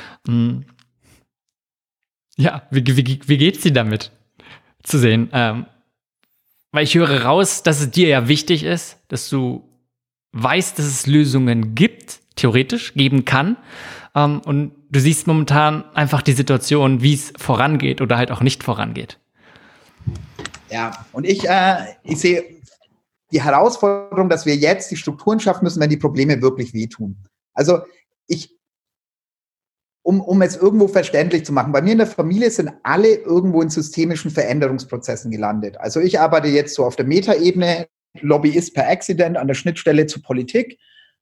Ja, wie geht's dir damit zu sehen? Weil ich höre raus, dass es dir ja wichtig ist, dass du weißt, dass es Lösungen gibt, theoretisch geben kann. Und du siehst momentan einfach die Situation, wie es vorangeht oder halt auch nicht vorangeht. Ja, und ich sehe die Herausforderung, dass wir jetzt die Strukturen schaffen müssen, wenn die Probleme wirklich wehtun. Also um es irgendwo verständlich zu machen, bei mir in der Familie sind alle irgendwo in systemischen Veränderungsprozessen gelandet. Also ich arbeite jetzt so auf der Metaebene, Lobbyist per Accident an der Schnittstelle zur Politik.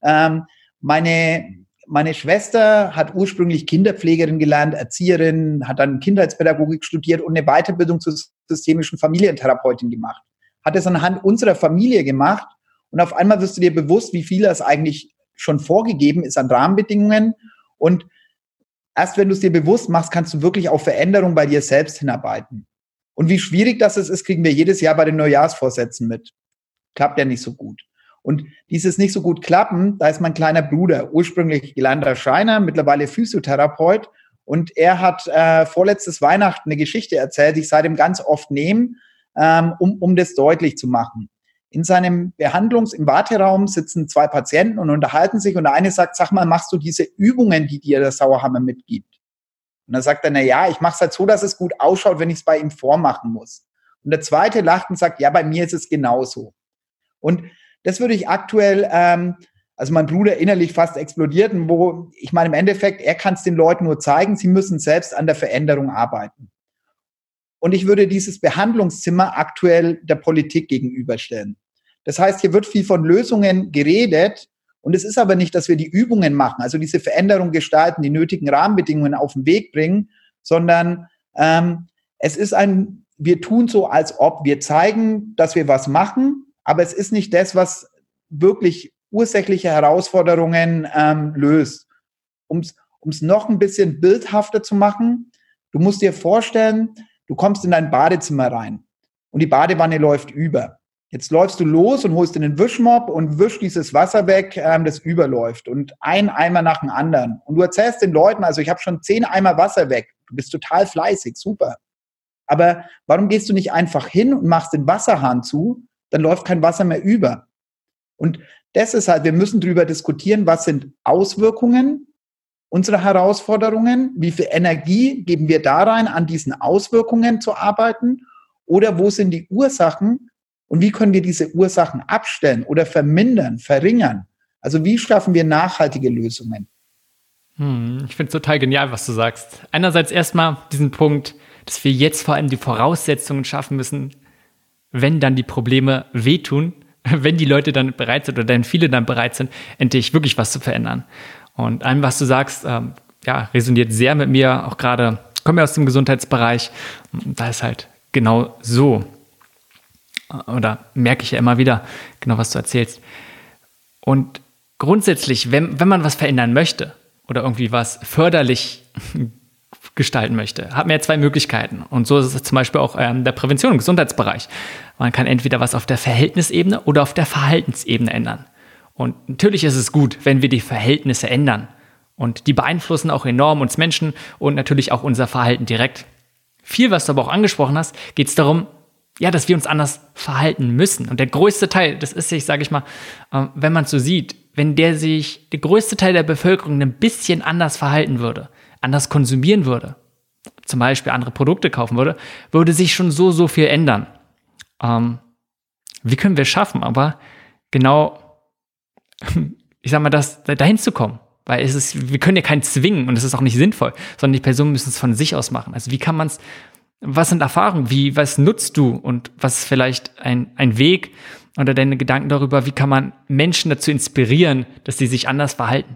Meine Schwester hat ursprünglich Kinderpflegerin gelernt, Erzieherin, hat dann Kindheitspädagogik studiert und eine Weiterbildung zur systemischen Familientherapeutin gemacht. Hat es anhand unserer Familie gemacht, und auf einmal wirst du dir bewusst, wie viel das eigentlich schon vorgegeben ist an Rahmenbedingungen, und erst wenn du es dir bewusst machst, kannst du wirklich auf Veränderung bei dir selbst hinarbeiten. Und wie schwierig das ist, kriegen wir jedes Jahr bei den Neujahrsvorsätzen mit. Klappt ja nicht so gut. Und dieses nicht so gut klappen, da ist mein kleiner Bruder, ursprünglich gelernter Schreiner, mittlerweile Physiotherapeut. Und er hat vorletztes Weihnachten eine Geschichte erzählt, die ich seitdem ganz oft nehme, um das deutlich zu machen. In seinem im Warteraum sitzen 2 Patienten und unterhalten sich, und der eine sagt, sag mal, machst du diese Übungen, die dir der Sauerhammer mitgibt? Und dann sagt er, na ja, ich mache es halt so, dass es gut ausschaut, wenn ich es bei ihm vormachen muss. Und der zweite lacht und sagt, ja, bei mir ist es genauso. Und das würde ich aktuell, also mein Bruder innerlich fast explodiert, und wo ich meine, im Endeffekt, er kann es den Leuten nur zeigen, sie müssen selbst an der Veränderung arbeiten. Und ich würde dieses Behandlungszimmer aktuell der Politik gegenüberstellen. Das heißt, hier wird viel von Lösungen geredet, und es ist aber nicht, dass wir die Übungen machen, also diese Veränderung gestalten, die nötigen Rahmenbedingungen auf den Weg bringen, sondern es ist wir tun so, als ob wir zeigen, dass wir was machen, aber es ist nicht das, was wirklich ursächliche Herausforderungen löst. Um es noch ein bisschen bildhafter zu machen, du musst dir vorstellen, du kommst in dein Badezimmer rein und die Badewanne läuft über. Jetzt läufst du los und holst den Wischmopp und wischst dieses Wasser weg, das überläuft, und ein Eimer nach dem anderen. Und du erzählst den Leuten, also ich habe schon 10 Eimer Wasser weg. Du bist total fleißig, super. Aber warum gehst du nicht einfach hin und machst den Wasserhahn zu? Dann läuft kein Wasser mehr über. Und das ist halt, wir müssen darüber diskutieren, was sind Auswirkungen unserer Herausforderungen, wie viel Energie geben wir da rein, an diesen Auswirkungen zu arbeiten, oder wo sind die Ursachen und wie können wir diese Ursachen abstellen oder vermindern, verringern? Also wie schaffen wir nachhaltige Lösungen? Ich finde es total genial, was du sagst. Einerseits erstmal diesen Punkt, dass wir jetzt vor allem die Voraussetzungen schaffen müssen, wenn dann die Probleme wehtun, wenn die Leute dann bereit sind oder wenn viele dann bereit sind, endlich wirklich was zu verändern. Und allem, was du sagst, resoniert sehr mit mir, auch gerade, ich komme ja aus dem Gesundheitsbereich, da ist halt genau so, oder merke ich ja immer wieder, genau was du erzählst. Und grundsätzlich, wenn man was verändern möchte oder irgendwie was förderlich gestalten möchte, hat man ja zwei Möglichkeiten. Und so ist es zum Beispiel auch der Prävention im Gesundheitsbereich. Man kann entweder was auf der Verhältnisebene oder auf der Verhaltensebene ändern. Und natürlich ist es gut, wenn wir die Verhältnisse ändern. Und die beeinflussen auch enorm uns Menschen und natürlich auch unser Verhalten direkt. Viel, was du aber auch angesprochen hast, geht es darum, dass wir uns anders verhalten müssen. Und der größte Teil, das ist sich, sage ich mal, wenn man es so sieht, wenn der größte Teil der Bevölkerung ein bisschen anders verhalten würde, anders konsumieren würde, zum Beispiel andere Produkte kaufen würde sich schon so viel ändern. Wie können wir es schaffen? Aber genau, ich sag mal, dahin zu kommen. Weil wir können ja keinen zwingen und es ist auch nicht sinnvoll, sondern die Personen müssen es von sich aus machen. Also wie kann man es, was sind Erfahrungen, was nutzt du und was ist vielleicht ein Weg oder deine Gedanken darüber, wie kann man Menschen dazu inspirieren, dass sie sich anders verhalten?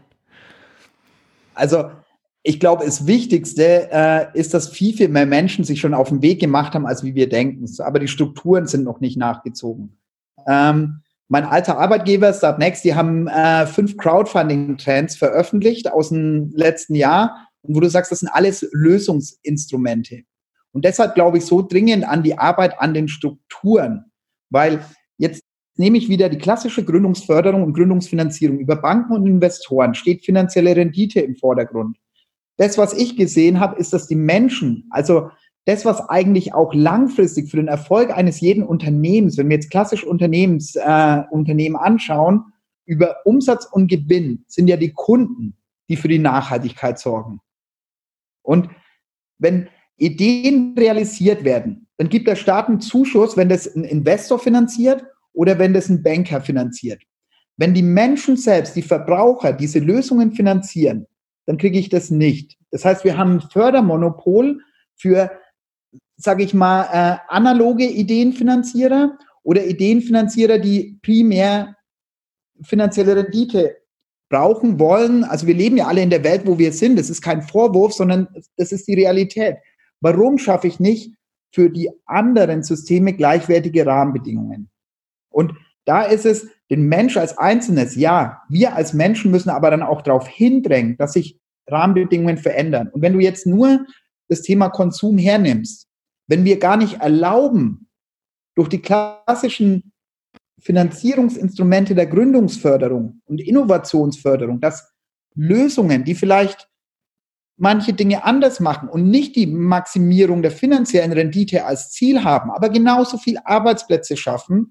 Also ich glaube, das Wichtigste ist, dass viel mehr Menschen sich schon auf den Weg gemacht haben, als wie wir denken. Aber die Strukturen sind noch nicht nachgezogen. Mein alter Arbeitgeber, Startnext, die haben 5 Crowdfunding-Trends veröffentlicht aus dem letzten Jahr, wo du sagst, das sind alles Lösungsinstrumente. Und deshalb glaube ich so dringend an die Arbeit an den Strukturen, weil jetzt nehme ich wieder die klassische Gründungsförderung und Gründungsfinanzierung. Über Banken und Investoren steht finanzielle Rendite im Vordergrund. Das, was ich gesehen habe, ist, dass die Menschen, also das, was eigentlich auch langfristig für den Erfolg eines jeden Unternehmens, wenn wir jetzt klassisch Unternehmen anschauen, über Umsatz und Gewinn sind ja die Kunden, die für die Nachhaltigkeit sorgen. Und wenn Ideen realisiert werden, dann gibt der Staat einen Zuschuss, wenn das ein Investor finanziert oder wenn das ein Banker finanziert. Wenn die Menschen selbst, die Verbraucher, diese Lösungen finanzieren, dann kriege ich das nicht. Das heißt, wir haben ein Fördermonopol für, sage ich mal, analoge Ideenfinanzierer oder Ideenfinanzierer, die primär finanzielle Rendite brauchen wollen. Also wir leben ja alle in der Welt, wo wir sind. Das ist kein Vorwurf, sondern das ist die Realität. Warum schaffe ich nicht für die anderen Systeme gleichwertige Rahmenbedingungen? Und da ist es den Mensch als Einzelnes, ja, wir als Menschen müssen aber dann auch darauf hindrängen, dass sich Rahmenbedingungen verändern. Und wenn du jetzt nur das Thema Konsum hernimmst, wenn wir gar nicht erlauben, durch die klassischen Finanzierungsinstrumente der Gründungsförderung und Innovationsförderung, dass Lösungen, die vielleicht manche Dinge anders machen und nicht die Maximierung der finanziellen Rendite als Ziel haben, aber genauso viel Arbeitsplätze schaffen,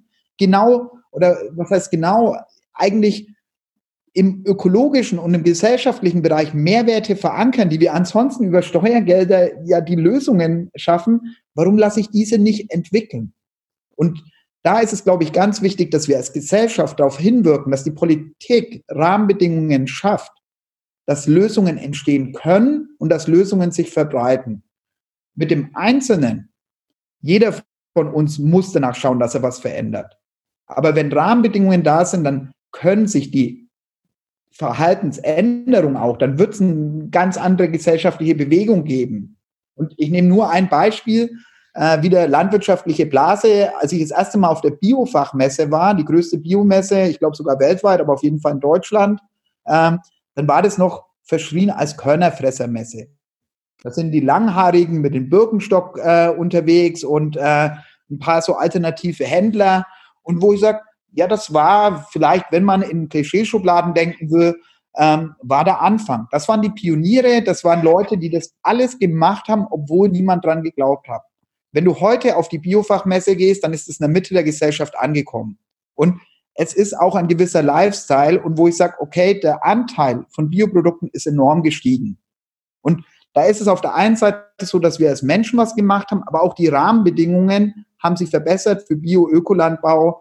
eigentlich im ökologischen und im gesellschaftlichen Bereich Mehrwerte verankern, die wir ansonsten über Steuergelder ja die Lösungen schaffen, warum lasse ich diese nicht entwickeln? Und da ist es, glaube ich, ganz wichtig, dass wir als Gesellschaft darauf hinwirken, dass die Politik Rahmenbedingungen schafft, dass Lösungen entstehen können und dass Lösungen sich verbreiten. Mit dem Einzelnen, jeder von uns muss danach schauen, dass er was verändert. Aber wenn Rahmenbedingungen da sind, dann können sich die Verhaltensänderungen auch, dann wird es eine ganz andere gesellschaftliche Bewegung geben. Und ich nehme nur ein Beispiel, wieder landwirtschaftliche Blase. Als ich das erste Mal auf der Biofachmesse war, die größte Biomesse, ich glaube sogar weltweit, aber auf jeden Fall in Deutschland, dann war das noch verschrien als Körnerfressermesse. Da sind die Langhaarigen mit dem Birkenstock unterwegs und ein paar so alternative Händler. Und wo ich sage, ja, das war vielleicht, wenn man in Klischeeschubladen denken will, war der Anfang. Das waren die Pioniere, das waren Leute, die das alles gemacht haben, obwohl niemand dran geglaubt hat. wenn du heute auf die Biofachmesse gehst, dann ist es in der Mitte der Gesellschaft angekommen. Und es ist auch ein gewisser Lifestyle und wo ich sage, okay, der Anteil von Bioprodukten ist enorm gestiegen. Und da ist es auf der einen Seite so, dass wir als Menschen was gemacht haben, aber auch die Rahmenbedingungen haben sich verbessert für Bio-Ökolandbau.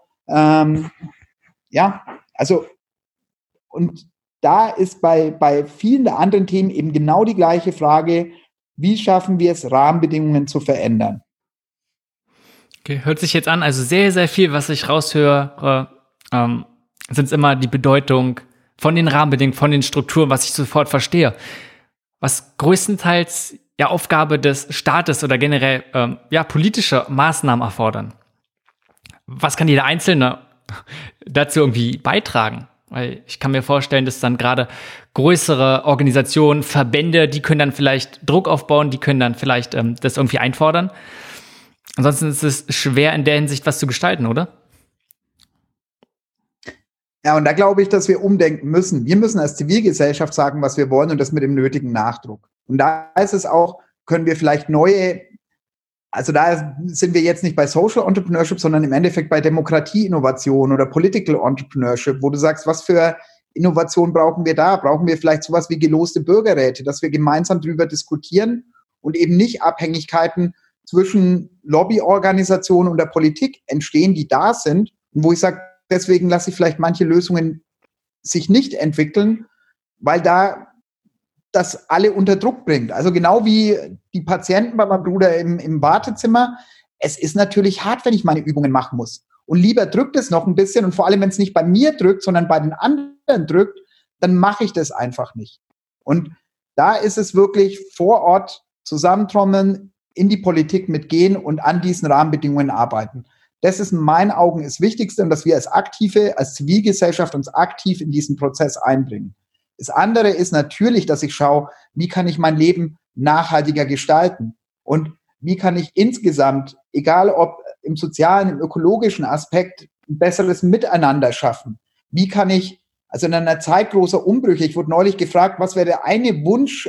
Also und da ist bei vielen der anderen Themen eben genau die gleiche Frage, wie schaffen wir es, Rahmenbedingungen zu verändern? Okay, hört sich jetzt an, also sehr, sehr viel, was ich raushöre, sind es immer die Bedeutung von den Rahmenbedingungen, von den Strukturen, was ich sofort verstehe. Was größtenteils ja Aufgabe des Staates oder generell politische Maßnahmen erfordern. Was kann jeder Einzelne dazu irgendwie beitragen? Weil ich kann mir vorstellen, dass dann gerade größere Organisationen, Verbände, die können dann vielleicht Druck aufbauen, die können dann vielleicht das irgendwie einfordern. Ansonsten ist es schwer, in der Hinsicht was zu gestalten, oder? Ja, und da glaube ich, dass wir umdenken müssen. Wir müssen als Zivilgesellschaft sagen, was wir wollen und das mit dem nötigen Nachdruck. Und da ist es auch, können wir vielleicht also da sind wir jetzt nicht bei Social Entrepreneurship, sondern im Endeffekt bei Demokratie-Innovation oder Political Entrepreneurship, wo du sagst, was für Innovation brauchen wir da? Brauchen wir vielleicht sowas wie geloste Bürgerräte, dass wir gemeinsam darüber diskutieren und eben nicht Abhängigkeiten zwischen Lobbyorganisationen und der Politik entstehen, die da sind und wo ich sage, deswegen lasse ich vielleicht manche Lösungen sich nicht entwickeln, weil da das alle unter Druck bringt. Also genau wie die Patienten bei meinem Bruder im Wartezimmer. Es ist natürlich hart, wenn ich meine Übungen machen muss. Und lieber drückt es noch ein bisschen und vor allem, wenn es nicht bei mir drückt, sondern bei den anderen drückt, dann mache ich das einfach nicht. Und da ist es wirklich vor Ort zusammentrommeln, in die Politik mitgehen und an diesen Rahmenbedingungen arbeiten. Das ist in meinen Augen das Wichtigste und dass wir als Zivilgesellschaft uns aktiv in diesen Prozess einbringen. Das andere ist natürlich, dass ich schaue, wie kann ich mein Leben nachhaltiger gestalten und wie kann ich insgesamt, egal ob im sozialen, im ökologischen Aspekt, ein besseres Miteinander schaffen. Wie kann ich, also in einer Zeit großer Umbrüche, ich wurde neulich gefragt, was wäre der eine Wunsch,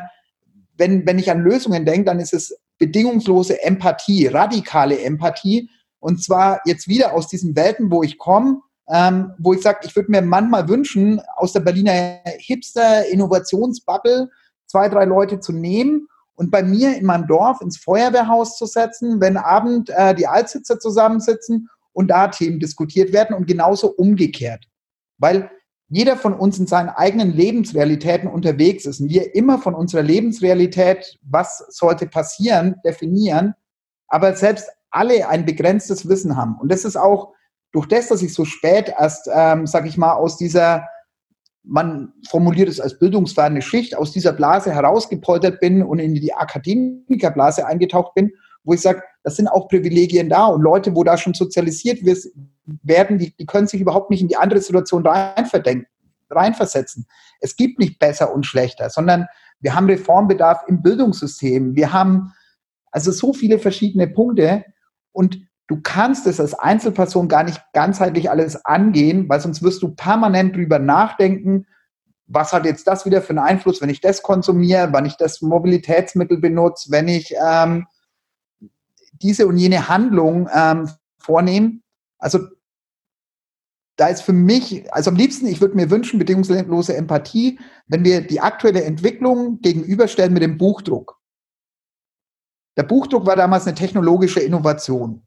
wenn ich an Lösungen denke, dann ist es bedingungslose Empathie, radikale Empathie. Und zwar jetzt wieder aus diesen Welten, wo ich komme, wo ich sage, ich würde mir manchmal wünschen, aus der Berliner Hipster-Innovationsbubble 2, 3 Leute zu nehmen und bei mir in meinem Dorf ins Feuerwehrhaus zu setzen, wenn Abend die Altsitzer zusammensitzen und da Themen diskutiert werden und genauso umgekehrt. Weil jeder von uns in seinen eigenen Lebensrealitäten unterwegs ist und wir immer von unserer Lebensrealität, was sollte passieren, definieren, aber selbst alle ein begrenztes Wissen haben. Und das ist auch durch das, dass ich so spät erst, sage ich mal, aus dieser, man formuliert es als bildungsferne Schicht, aus dieser Blase herausgepoltert bin und in die Akademikerblase eingetaucht bin, wo ich sage, das sind auch Privilegien da und Leute, wo da schon sozialisiert werden, die können sich überhaupt nicht in die andere Situation reinversetzen. Es gibt nicht besser und schlechter, sondern wir haben Reformbedarf im Bildungssystem. Wir haben also so viele verschiedene Punkte und du kannst es als Einzelperson gar nicht ganzheitlich alles angehen, weil sonst wirst du permanent drüber nachdenken, was hat jetzt das wieder für einen Einfluss, wenn ich das konsumiere, wann ich das Mobilitätsmittel benutze, wenn ich diese und jene Handlung vornehme. Also da ist für mich, also am liebsten, ich würde mir wünschen, bedingungslose Empathie, wenn wir die aktuelle Entwicklung gegenüberstellen mit dem Buchdruck. Der Buchdruck war damals eine technologische Innovation.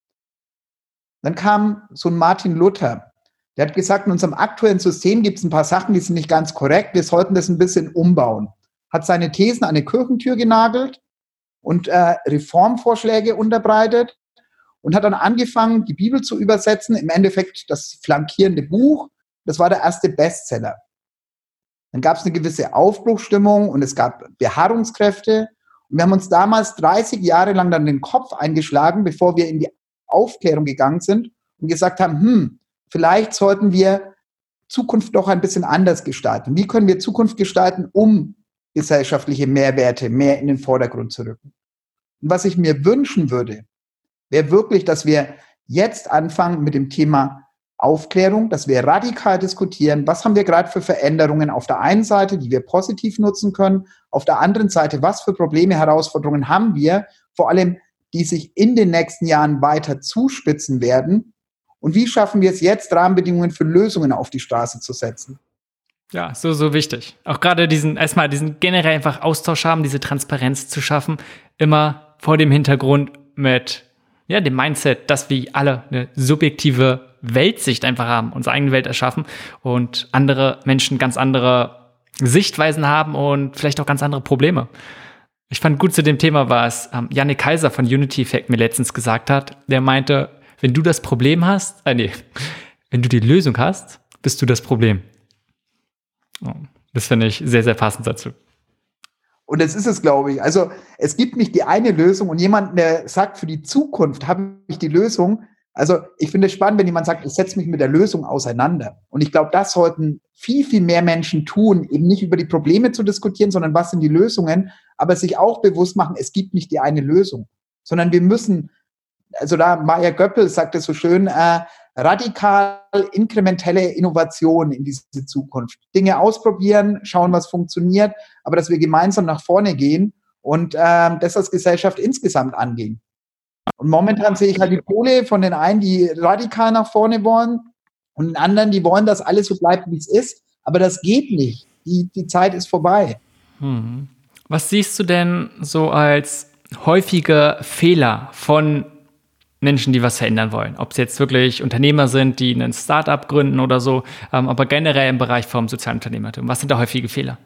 Dann kam so ein Martin Luther, der hat gesagt, in unserem aktuellen System gibt es ein paar Sachen, die sind nicht ganz korrekt, wir sollten das ein bisschen umbauen. Hat seine Thesen an eine Kirchentür genagelt und Reformvorschläge unterbreitet und hat dann angefangen, die Bibel zu übersetzen, im Endeffekt das flankierende Buch, das war der erste Bestseller. Dann gab es eine gewisse Aufbruchsstimmung und es gab Beharrungskräfte und wir haben uns damals 30 Jahre lang dann den Kopf eingeschlagen, bevor wir in die Aufklärung gegangen sind und gesagt haben, vielleicht sollten wir Zukunft doch ein bisschen anders gestalten. Wie können wir Zukunft gestalten, um gesellschaftliche Mehrwerte mehr in den Vordergrund zu rücken? Und was ich mir wünschen würde, wäre wirklich, dass wir jetzt anfangen mit dem Thema Aufklärung, dass wir radikal diskutieren, was haben wir gerade für Veränderungen auf der einen Seite, die wir positiv nutzen können, auf der anderen Seite, was für Probleme, Herausforderungen haben wir, vor allem die sich in den nächsten Jahren weiter zuspitzen werden? Und wie schaffen wir es jetzt, Rahmenbedingungen für Lösungen auf die Straße zu setzen? Ja, so wichtig. Auch gerade diesen generell einfach Austausch haben, diese Transparenz zu schaffen, immer vor dem Hintergrund mit dem Mindset, dass wir alle eine subjektive Weltsicht einfach haben, unsere eigene Welt erschaffen und andere Menschen ganz andere Sichtweisen haben und vielleicht auch ganz andere Probleme. Ich fand gut zu dem Thema, was Yannick Kaiser von Unity Effect mir letztens gesagt hat. Der meinte, wenn du das Problem hast, wenn du die Lösung hast, bist du das Problem. Das finde ich sehr, sehr passend dazu. Und das ist es, glaube ich. Also es gibt nicht die eine Lösung und jemanden, der sagt, für die Zukunft habe ich die Lösung. Also ich finde es spannend, wenn jemand sagt, ich setze mich mit der Lösung auseinander. Und ich glaube, das sollten viel, viel mehr Menschen tun, eben nicht über die Probleme zu diskutieren, sondern was sind die Lösungen, aber sich auch bewusst machen, es gibt nicht die eine Lösung, sondern wir müssen, also da Maya Göppel sagt es so schön, radikal inkrementelle Innovation in diese Zukunft. Dinge ausprobieren, schauen, was funktioniert, aber dass wir gemeinsam nach vorne gehen und das als Gesellschaft insgesamt angehen. Und momentan sehe ich halt die Pole von den einen, die radikal nach vorne wollen und den anderen, die wollen, dass alles so bleibt, wie es ist. Aber das geht nicht. Die Zeit ist vorbei. Was siehst du denn so als häufige Fehler von Menschen, die was verändern wollen? Ob es jetzt wirklich Unternehmer sind, die ein Startup gründen oder so, aber generell im Bereich vom sozialen Unternehmertum. Was sind da häufige Fehler?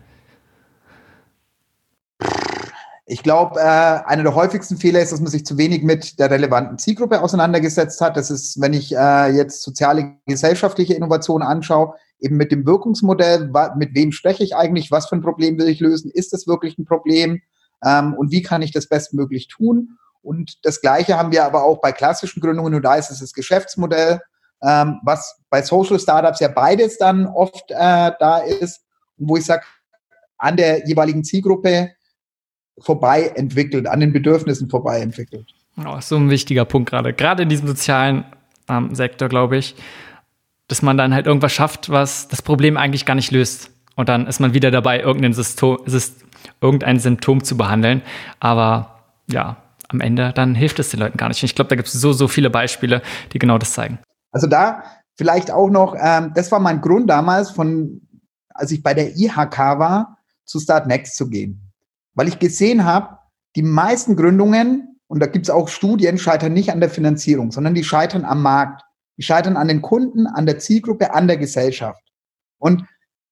Ich glaube, einer der häufigsten Fehler ist, dass man sich zu wenig mit der relevanten Zielgruppe auseinandergesetzt hat. Das ist, wenn ich jetzt soziale, gesellschaftliche Innovationen anschaue, eben mit dem Wirkungsmodell, mit wem spreche ich eigentlich, was für ein Problem will ich lösen, ist das wirklich ein Problem und wie kann ich das bestmöglich tun? Und das Gleiche haben wir aber auch bei klassischen Gründungen, nur da ist es das Geschäftsmodell, was bei Social Startups ja beides dann oft da ist, wo ich sage, an der jeweiligen Zielgruppe vorbei entwickelt, an den Bedürfnissen vorbei entwickelt. Oh, so ein wichtiger Punkt gerade in diesem sozialen Sektor, glaube ich, dass man dann halt irgendwas schafft, was das Problem eigentlich gar nicht löst. Und dann ist man wieder dabei, irgendein Symptom zu behandeln. Aber ja, am Ende, dann hilft es den Leuten gar nicht. Und ich glaube, da gibt es so viele Beispiele, die genau das zeigen. Also da vielleicht auch noch, das war mein Grund damals, als ich bei der IHK war, zu Start Next zu gehen. Weil ich gesehen habe, die meisten Gründungen, und da gibt es auch Studien, scheitern nicht an der Finanzierung, sondern die scheitern am Markt. Die scheitern an den Kunden, an der Zielgruppe, an der Gesellschaft. Und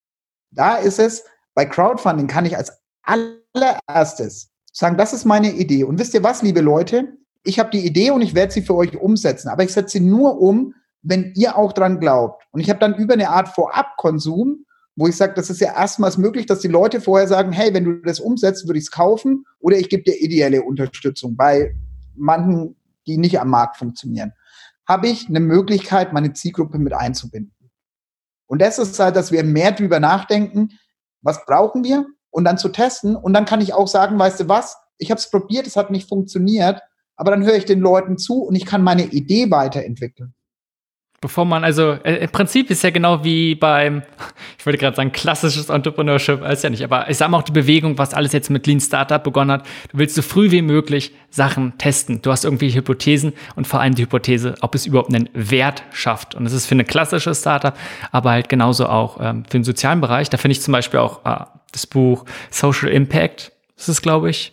da ist es, bei Crowdfunding kann ich als allererstes sagen, das ist meine Idee. Und wisst ihr was, liebe Leute? Ich habe die Idee und ich werde sie für euch umsetzen. Aber ich setze sie nur um, wenn ihr auch dran glaubt. Und ich habe dann über eine Art Vorabkonsum, wo ich sage, das ist ja erstmals möglich, dass die Leute vorher sagen, hey, wenn du das umsetzt, würde ich es kaufen oder ich gebe dir ideelle Unterstützung. Bei manchen, die nicht am Markt funktionieren, habe ich eine Möglichkeit, meine Zielgruppe mit einzubinden. Und das ist halt, dass wir mehr drüber nachdenken, was brauchen wir und dann zu testen. Und dann kann ich auch sagen, weißt du was, ich habe es probiert, es hat nicht funktioniert, aber dann höre ich den Leuten zu und ich kann meine Idee weiterentwickeln. Bevor man, im Prinzip ist ja genau wie beim, ich wollte gerade sagen, klassisches Entrepreneurship, ist ja nicht, aber ich sage mal auch die Bewegung, was alles jetzt mit Lean Startup begonnen hat. Du willst so früh wie möglich Sachen testen. Du hast irgendwie Hypothesen und vor allem die Hypothese, ob es überhaupt einen Wert schafft. Und das ist für eine klassische Startup, aber halt genauso auch für den sozialen Bereich. Da finde ich zum Beispiel auch das Buch Social Impact, das ist, glaube ich,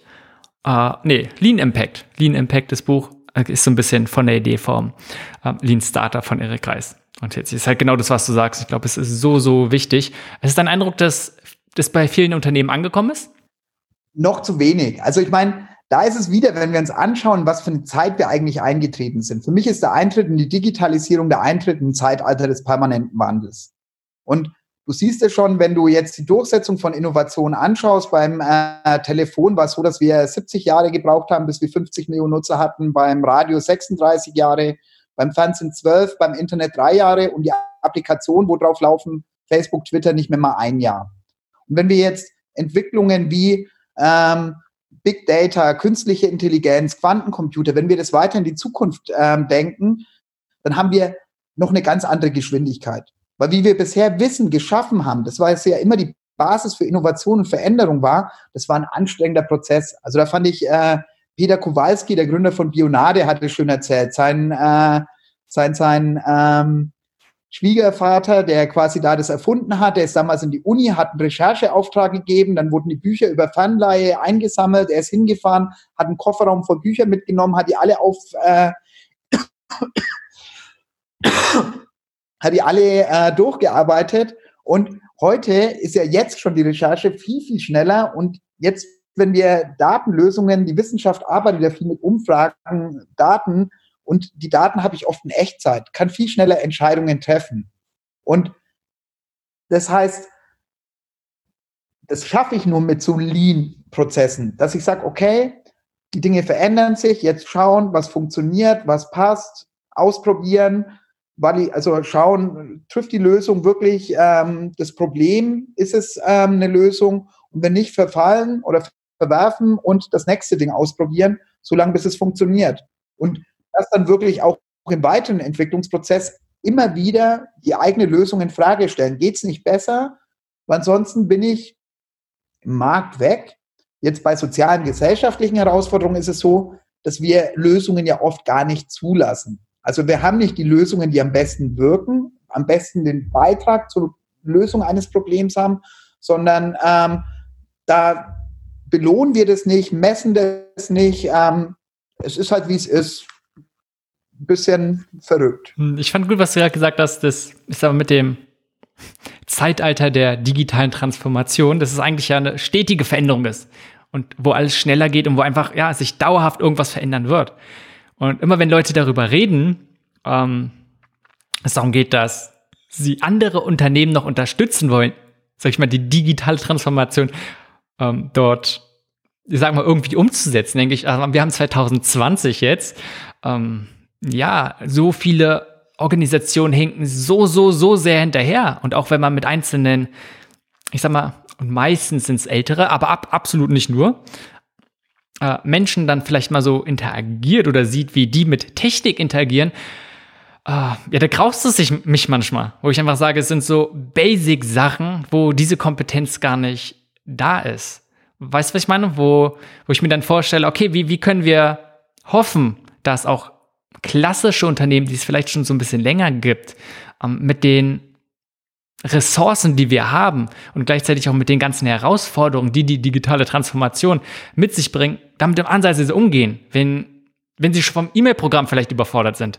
Lean Impact. Lean Impact, das Buch, ist so ein bisschen von der Idee vom Lean Starter von Erik Reis. Und jetzt ist halt genau das, was du sagst. Ich glaube, es ist so wichtig. Es ist dein Eindruck, dass das bei vielen Unternehmen angekommen ist? Noch zu wenig. Also ich meine, da ist es wieder, wenn wir uns anschauen, was für eine Zeit wir eigentlich eingetreten sind. Für mich ist der Eintritt in die Digitalisierung der Eintritt in ein Zeitalter des permanenten Wandels. Und du siehst es schon, wenn du jetzt die Durchsetzung von Innovationen anschaust. Beim Telefon war es so, dass wir 70 Jahre gebraucht haben, bis wir 50 Millionen Nutzer hatten. Beim Radio 36 Jahre, beim Fernsehen 12, beim Internet 3 Jahre und die Applikation, wo drauf laufen, Facebook, Twitter nicht mehr mal 1 Jahr. Und wenn wir jetzt Entwicklungen wie Big Data, künstliche Intelligenz, Quantencomputer, wenn wir das weiter in die Zukunft denken, dann haben wir noch eine ganz andere Geschwindigkeit. Weil wie wir bisher Wissen geschaffen haben, das war jetzt ja immer die Basis für Innovation und Veränderung war, das war ein anstrengender Prozess. Also da fand ich Peter Kowalski, der Gründer von Bionade, hat es schön erzählt. Sein Schwiegervater, der quasi da das erfunden hat, der ist damals in die Uni, hat einen Rechercheauftrag gegeben, dann wurden die Bücher über Fernleihe eingesammelt, er ist hingefahren, hat einen Kofferraum voll Bücher mitgenommen, hat die alle durchgearbeitet, und heute ist ja jetzt schon die Recherche viel, viel schneller, und jetzt, wenn wir Datenlösungen, die Wissenschaft arbeitet ja viel mit Umfragen, Daten, und die Daten habe ich oft in Echtzeit, kann viel schneller Entscheidungen treffen. Und das heißt, das schaffe ich nur mit so Lean-Prozessen, dass ich sage, okay, die Dinge verändern sich, jetzt schauen, was funktioniert, was passt, ausprobieren, also schauen, trifft die Lösung wirklich das Problem, ist es eine Lösung, und wenn nicht, verfallen oder verwerfen und das nächste Ding ausprobieren, solange bis es funktioniert. Und das dann wirklich auch im weiteren Entwicklungsprozess immer wieder die eigene Lösung in Frage stellen. Geht es nicht besser? Weil ansonsten bin ich im Markt weg. Jetzt bei sozialen, gesellschaftlichen Herausforderungen ist es so, dass wir Lösungen ja oft gar nicht zulassen. Also wir haben nicht die Lösungen, die am besten wirken, am besten den Beitrag zur Lösung eines Problems haben, sondern da belohnen wir das nicht, messen das nicht. Es ist halt, wie es ist. Ein bisschen verrückt. Ich fand gut, was du gerade gesagt hast, das ist aber mit dem Zeitalter der digitalen Transformation, dass es eigentlich ja eine stetige Veränderung ist und wo alles schneller geht und wo einfach sich dauerhaft irgendwas verändern wird. Und immer wenn Leute darüber reden, es darum geht, dass sie andere Unternehmen noch unterstützen wollen, sag ich mal, die digitale Transformation dort, ich sag mal, irgendwie umzusetzen, denke ich, wir haben 2020 jetzt, so viele Organisationen hinken so sehr hinterher. Und auch wenn man mit einzelnen, ich sag mal, und meistens sind es ältere, aber absolut nicht nur, Menschen dann vielleicht mal so interagiert oder sieht, wie die mit Technik interagieren, da graust es mich manchmal, wo ich einfach sage, es sind so Basic-Sachen, wo diese Kompetenz gar nicht da ist. Weißt du, was ich meine? Wo ich mir dann vorstelle, okay, wie können wir hoffen, dass auch klassische Unternehmen, die es vielleicht schon so ein bisschen länger gibt, mit den Ressourcen, die wir haben und gleichzeitig auch mit den ganzen Herausforderungen, die digitale Transformation mit sich bringt, damit im Ansatz umgehen, wenn sie schon vom E-Mail-Programm vielleicht überfordert sind.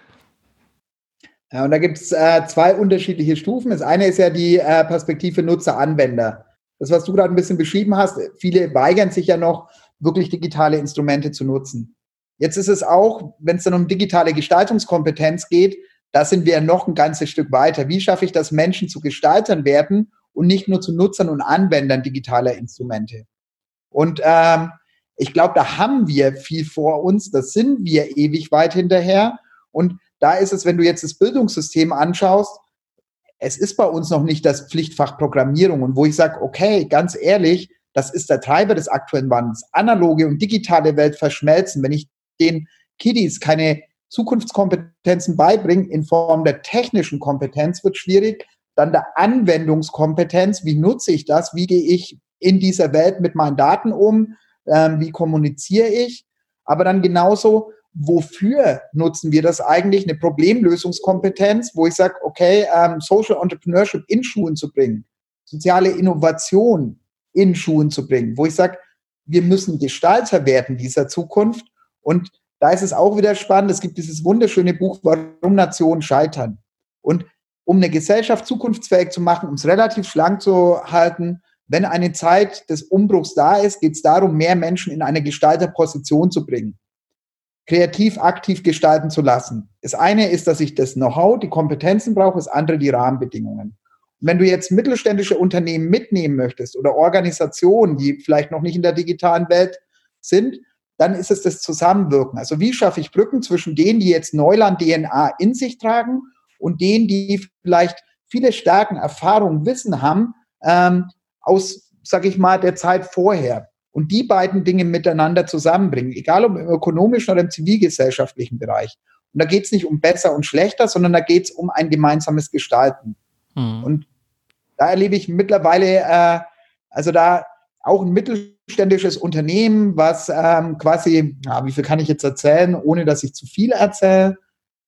Ja, und da gibt es zwei unterschiedliche Stufen. Das eine ist ja die Perspektive Nutzer-Anwender. Das, was du gerade ein bisschen beschrieben hast, viele weigern sich ja noch, wirklich digitale Instrumente zu nutzen. Jetzt ist es auch, wenn es dann um digitale Gestaltungskompetenz geht, da sind wir noch ein ganzes Stück weiter. Wie schaffe ich das, Menschen zu Gestaltern werden und nicht nur zu Nutzern und Anwendern digitaler Instrumente? Und ich glaube, da haben wir viel vor uns, da sind wir ewig weit hinterher. Und da ist es, wenn du jetzt das Bildungssystem anschaust, es ist bei uns noch nicht das Pflichtfach Programmierung. Und wo ich sage, okay, ganz ehrlich, das ist der Treiber des aktuellen Wandels. Analoge und digitale Welt verschmelzen. Wenn ich den Kiddies keine Zukunftskompetenzen beibringe in Form der technischen Kompetenz, wird schwierig. Dann der Anwendungskompetenz. Wie nutze ich das? Wie gehe ich in dieser Welt mit meinen Daten um? Wie kommuniziere ich? Aber dann genauso, wofür nutzen wir das eigentlich? Eine Problemlösungskompetenz, wo ich sage, okay, Social Entrepreneurship in Schulen zu bringen, soziale Innovation in Schulen zu bringen, wo ich sage, wir müssen Gestalter werden dieser Zukunft. Und da ist es auch wieder spannend, es gibt dieses wunderschöne Buch, Warum Nationen scheitern. Und um eine Gesellschaft zukunftsfähig zu machen, um es relativ schlank zu halten, wenn eine Zeit des Umbruchs da ist, geht es darum, mehr Menschen in eine Gestalterposition zu bringen, kreativ, aktiv gestalten zu lassen. Das eine ist, dass ich das Know-how, die Kompetenzen brauche, das andere die Rahmenbedingungen. Und wenn du jetzt mittelständische Unternehmen mitnehmen möchtest oder Organisationen, die vielleicht noch nicht in der digitalen Welt sind, dann ist es das Zusammenwirken. Also wie schaffe ich Brücken zwischen denen, die jetzt Neuland-DNA in sich tragen und denen, die vielleicht viele Stärken, Erfahrungen, Wissen haben, aus, sage ich mal, der Zeit vorher. Und die beiden Dinge miteinander zusammenbringen, egal ob im ökonomischen oder im zivilgesellschaftlichen Bereich. Und da geht es nicht um besser und schlechter, sondern da geht es um ein gemeinsames Gestalten. Und da erlebe ich mittlerweile, also da auch ein mittelständisches Unternehmen, was quasi, wie viel kann ich jetzt erzählen, ohne dass ich zu viel erzähle?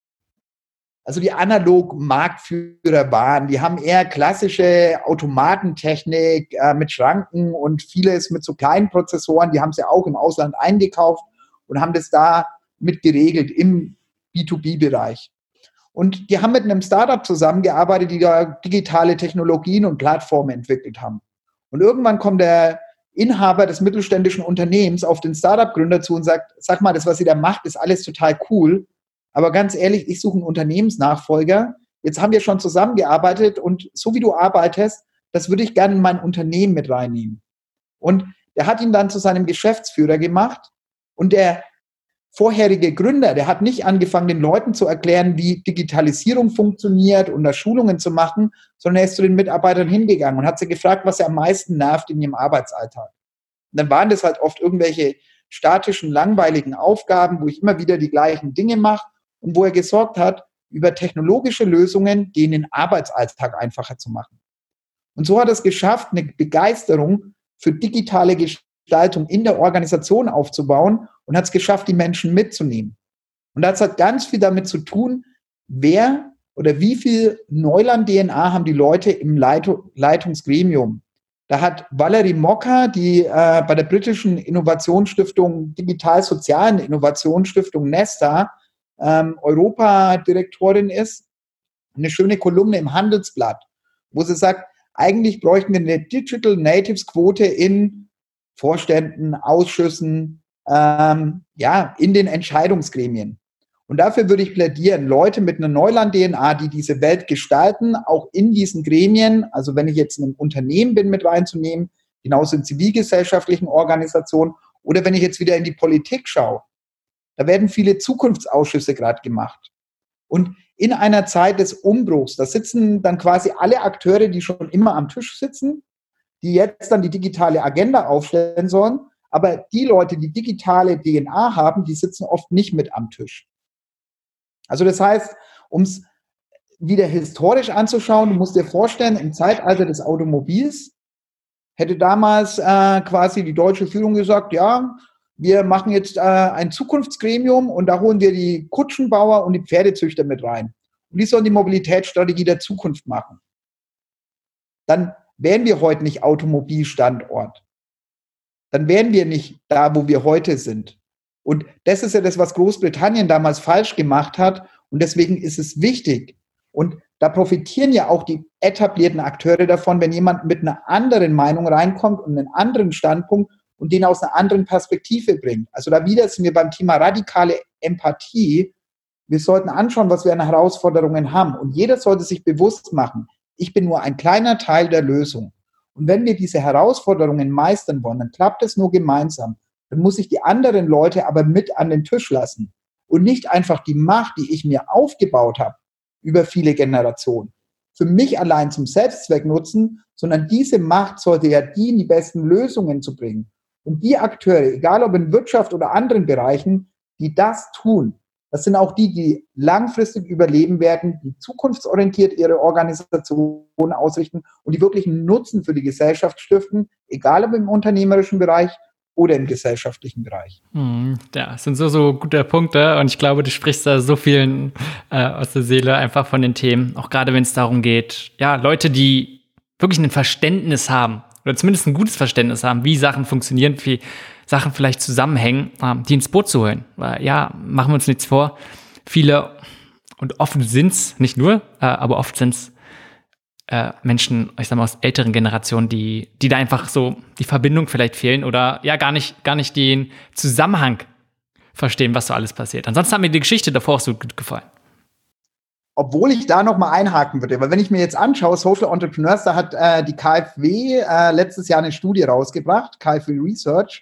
Also die Analog-Marktführer waren, die haben eher klassische Automatentechnik mit Schranken und vieles mit so kleinen Prozessoren, die haben sie auch im Ausland eingekauft und haben das da mit geregelt im B2B-Bereich. Und die haben mit einem Startup zusammengearbeitet, die da digitale Technologien und Plattformen entwickelt haben. Und irgendwann kommt der Inhaber des mittelständischen Unternehmens auf den Startup-Gründer zu und sagt, sag mal, das, was ihr da macht, ist alles total cool. Aber ganz ehrlich, ich suche einen Unternehmensnachfolger. Jetzt haben wir schon zusammengearbeitet und so wie du arbeitest, das würde ich gerne in mein Unternehmen mit reinnehmen. Und der hat ihn dann zu seinem Geschäftsführer gemacht und der vorherige Gründer, der hat nicht angefangen, den Leuten zu erklären, wie Digitalisierung funktioniert und da Schulungen zu machen, sondern er ist zu den Mitarbeitern hingegangen und hat sie gefragt, was er am meisten nervt in ihrem Arbeitsalltag. Und dann waren das halt oft irgendwelche statischen, langweiligen Aufgaben, wo ich immer wieder die gleichen Dinge mache und wo er gesorgt hat, über technologische Lösungen den Arbeitsalltag einfacher zu machen. Und so hat er es geschafft, eine Begeisterung für digitale Gestaltung in der Organisation aufzubauen und hat es geschafft, die Menschen mitzunehmen. Und das hat ganz viel damit zu tun, wer oder wie viel Neuland-DNA haben die Leute im Leitungsgremium. Da hat Valerie Mokka, die bei der britischen Innovationsstiftung, digital-sozialen Innovationsstiftung Nesta, Europadirektorin ist, eine schöne Kolumne im Handelsblatt, wo sie sagt, eigentlich bräuchten wir eine Digital Natives Quote in Vorständen, Ausschüssen, in den Entscheidungsgremien. Und dafür würde ich plädieren, Leute mit einer Neuland-DNA, die diese Welt gestalten, auch in diesen Gremien, also wenn ich jetzt in einem Unternehmen bin, mit reinzunehmen, genauso in zivilgesellschaftlichen Organisationen oder wenn ich jetzt wieder in die Politik schaue. Da werden viele Zukunftsausschüsse gerade gemacht. Und in einer Zeit des Umbruchs, da sitzen dann quasi alle Akteure, die schon immer am Tisch sitzen, die jetzt dann die digitale Agenda aufstellen sollen. Aber die Leute, die digitale DNA haben, die sitzen oft nicht mit am Tisch. Also das heißt, um es wieder historisch anzuschauen, du musst dir vorstellen, im Zeitalter des Automobils hätte damals quasi die deutsche Führung gesagt, ja, wir machen jetzt ein Zukunftsgremium und da holen wir die Kutschenbauer und die Pferdezüchter mit rein. Und die sollen die Mobilitätsstrategie der Zukunft machen. Dann wären wir heute nicht Automobilstandort. Dann wären wir nicht da, wo wir heute sind. Und das ist ja das, was Großbritannien damals falsch gemacht hat. Und deswegen ist es wichtig. Und da profitieren ja auch die etablierten Akteure davon, wenn jemand mit einer anderen Meinung reinkommt und einen anderen Standpunkt und den aus einer anderen Perspektive bringt. Also da wieder sind wir beim Thema radikale Empathie. Wir sollten anschauen, was wir an Herausforderungen haben. Und jeder sollte sich bewusst machen, ich bin nur ein kleiner Teil der Lösung. Und wenn wir diese Herausforderungen meistern wollen, dann klappt es nur gemeinsam. Dann muss ich die anderen Leute aber mit an den Tisch lassen. Und nicht einfach die Macht, die ich mir aufgebaut habe, über viele Generationen, für mich allein zum Selbstzweck nutzen, sondern diese Macht sollte ja dienen, die besten Lösungen zu bringen. Und die Akteure, egal ob in Wirtschaft oder anderen Bereichen, die das tun, das sind auch die, die langfristig überleben werden, die zukunftsorientiert ihre Organisation ausrichten und die wirklichen Nutzen für die Gesellschaft stiften, egal ob im unternehmerischen Bereich oder im gesellschaftlichen Bereich. Ja, das sind so gute Punkte und ich glaube, du sprichst da so vielen aus der Seele einfach von den Themen, auch gerade wenn es darum geht, ja, Leute, die wirklich ein Verständnis haben oder zumindest ein gutes Verständnis haben, wie Sachen funktionieren, wie Sachen vielleicht zusammenhängen, die ins Boot zu holen. Weil ja, machen wir uns nichts vor, viele und oft sind es, nicht nur, aber oft sind es Menschen, ich sag mal, aus älteren Generationen, die da einfach so die Verbindung vielleicht fehlen oder ja gar nicht den Zusammenhang verstehen, was so alles passiert. Ansonsten hat mir die Geschichte davor auch so gut gefallen. Obwohl ich da noch mal einhaken würde, weil wenn ich mir jetzt anschaue, Social Entrepreneurs, da hat die KfW letztes Jahr eine Studie rausgebracht, KfW Research,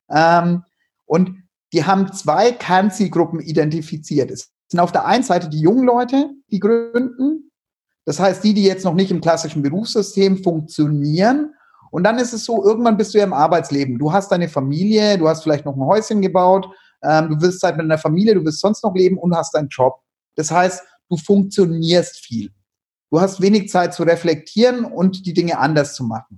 und die haben 2 Kernzielgruppen identifiziert. Es sind auf der einen Seite die jungen Leute, die gründen. Das heißt, die jetzt noch nicht im klassischen Berufssystem funktionieren. Und dann ist es so, irgendwann bist du ja im Arbeitsleben. Du hast deine Familie, du hast vielleicht noch ein Häuschen gebaut, du willst Zeit mit deiner Familie, du willst sonst noch leben und hast deinen Job. Das heißt, du funktionierst viel. Du hast wenig Zeit zu reflektieren und die Dinge anders zu machen.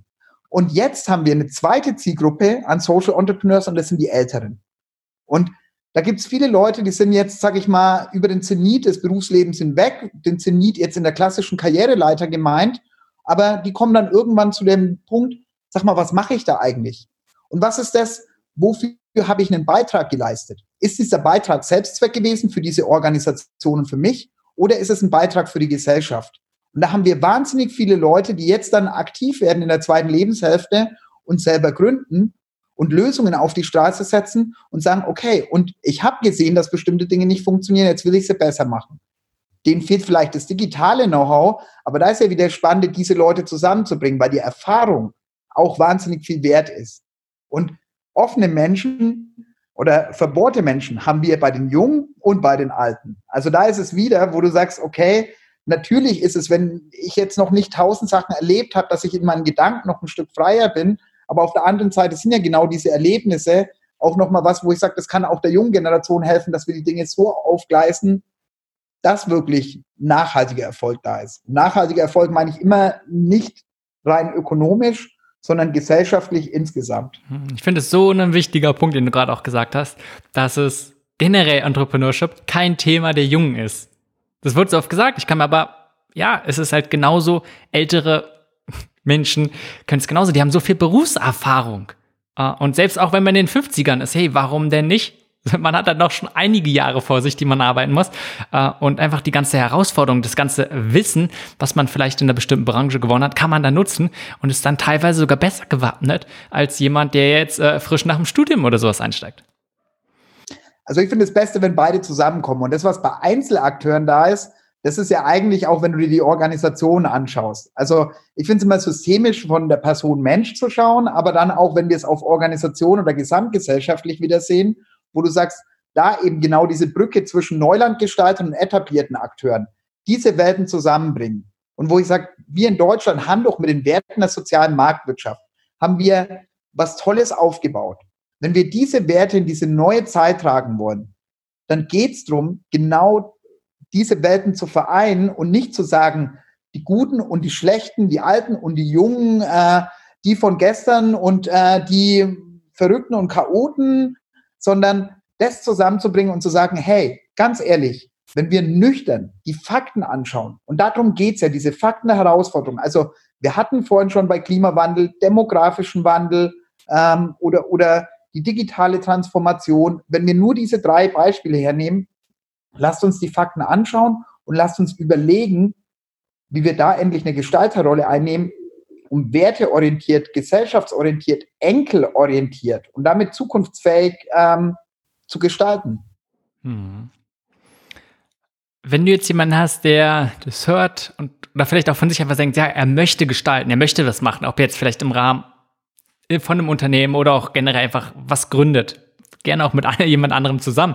Und jetzt haben wir eine zweite Zielgruppe an Social Entrepreneurs und das sind die Älteren. Und da gibt es viele Leute, die sind jetzt, sage ich mal, über den Zenit des Berufslebens hinweg, den Zenit jetzt in der klassischen Karriereleiter gemeint, aber die kommen dann irgendwann zu dem Punkt, sag mal, was mache ich da eigentlich? Und was ist das, wofür habe ich einen Beitrag geleistet? Ist dieser Beitrag Selbstzweck gewesen für diese Organisationen, für mich, oder ist es ein Beitrag für die Gesellschaft? Und da haben wir wahnsinnig viele Leute, die jetzt dann aktiv werden in der zweiten Lebenshälfte und selber gründen und Lösungen auf die Straße setzen und sagen, okay, und ich habe gesehen, dass bestimmte Dinge nicht funktionieren, jetzt will ich sie besser machen. Denen fehlt vielleicht das digitale Know-how, aber da ist ja wieder spannend, diese Leute zusammenzubringen, weil die Erfahrung auch wahnsinnig viel wert ist. Und offene Menschen oder verbohrte Menschen haben wir bei den Jungen und bei den Alten. Also da ist es wieder, wo du sagst, okay, natürlich ist es, wenn ich jetzt noch nicht 1000 Sachen erlebt habe, dass ich in meinen Gedanken noch ein Stück freier bin, aber auf der anderen Seite sind ja genau diese Erlebnisse auch nochmal was, wo ich sage, das kann auch der jungen Generation helfen, dass wir die Dinge so aufgleisen, dass wirklich nachhaltiger Erfolg da ist. Nachhaltiger Erfolg meine ich immer nicht rein ökonomisch, sondern gesellschaftlich insgesamt. Ich finde es so ein wichtiger Punkt, den du gerade auch gesagt hast, dass es generell Entrepreneurship kein Thema der Jungen ist. Das wird so oft gesagt, ich kann mir aber, ja, es ist halt genauso, ältere Menschen können es genauso, die haben so viel Berufserfahrung. Und selbst auch wenn man in den 50ern ist, hey, warum denn nicht? Man hat dann noch schon einige Jahre vor sich, die man arbeiten muss. Und einfach die ganze Herausforderung, das ganze Wissen, was man vielleicht in einer bestimmten Branche gewonnen hat, kann man dann nutzen und ist dann teilweise sogar besser gewappnet als jemand, der jetzt frisch nach dem Studium oder sowas einsteigt. Also ich finde es Beste, wenn beide zusammenkommen. Und das, was bei Einzelakteuren da ist, das ist ja eigentlich auch, wenn du dir die Organisation anschaust. Also ich finde es immer systemisch von der Person Mensch zu schauen, aber dann auch, wenn wir es auf Organisation oder gesamtgesellschaftlich wieder sehen, wo du sagst, da eben genau diese Brücke zwischen Neulandgestaltern und etablierten Akteuren, diese Welten zusammenbringen. Und wo ich sage, wir in Deutschland haben doch mit den Werten der sozialen Marktwirtschaft, haben wir was Tolles aufgebaut. Wenn wir diese Werte in diese neue Zeit tragen wollen, dann geht es darum, genau diese Welten zu vereinen und nicht zu sagen, die Guten und die Schlechten, die Alten und die Jungen, die von gestern und die Verrückten und Chaoten, sondern das zusammenzubringen und zu sagen, hey, ganz ehrlich, wenn wir nüchtern die Fakten anschauen, und darum geht's ja, diese Fakten der Herausforderung. Also wir hatten vorhin schon bei Klimawandel, demografischen Wandel oder die digitale Transformation. Wenn wir nur diese 3 Beispiele hernehmen, lasst uns die Fakten anschauen und lasst uns überlegen, wie wir da endlich eine Gestalterrolle einnehmen, um werteorientiert, gesellschaftsorientiert, enkelorientiert und damit zukunftsfähig zu gestalten. Wenn du jetzt jemanden hast, der das hört und oder vielleicht auch von sich einfach denkt, ja, er möchte gestalten, er möchte was machen, ob jetzt vielleicht im Rahmen von einem Unternehmen oder auch generell einfach was gründet, gerne auch mit jemand anderem zusammen.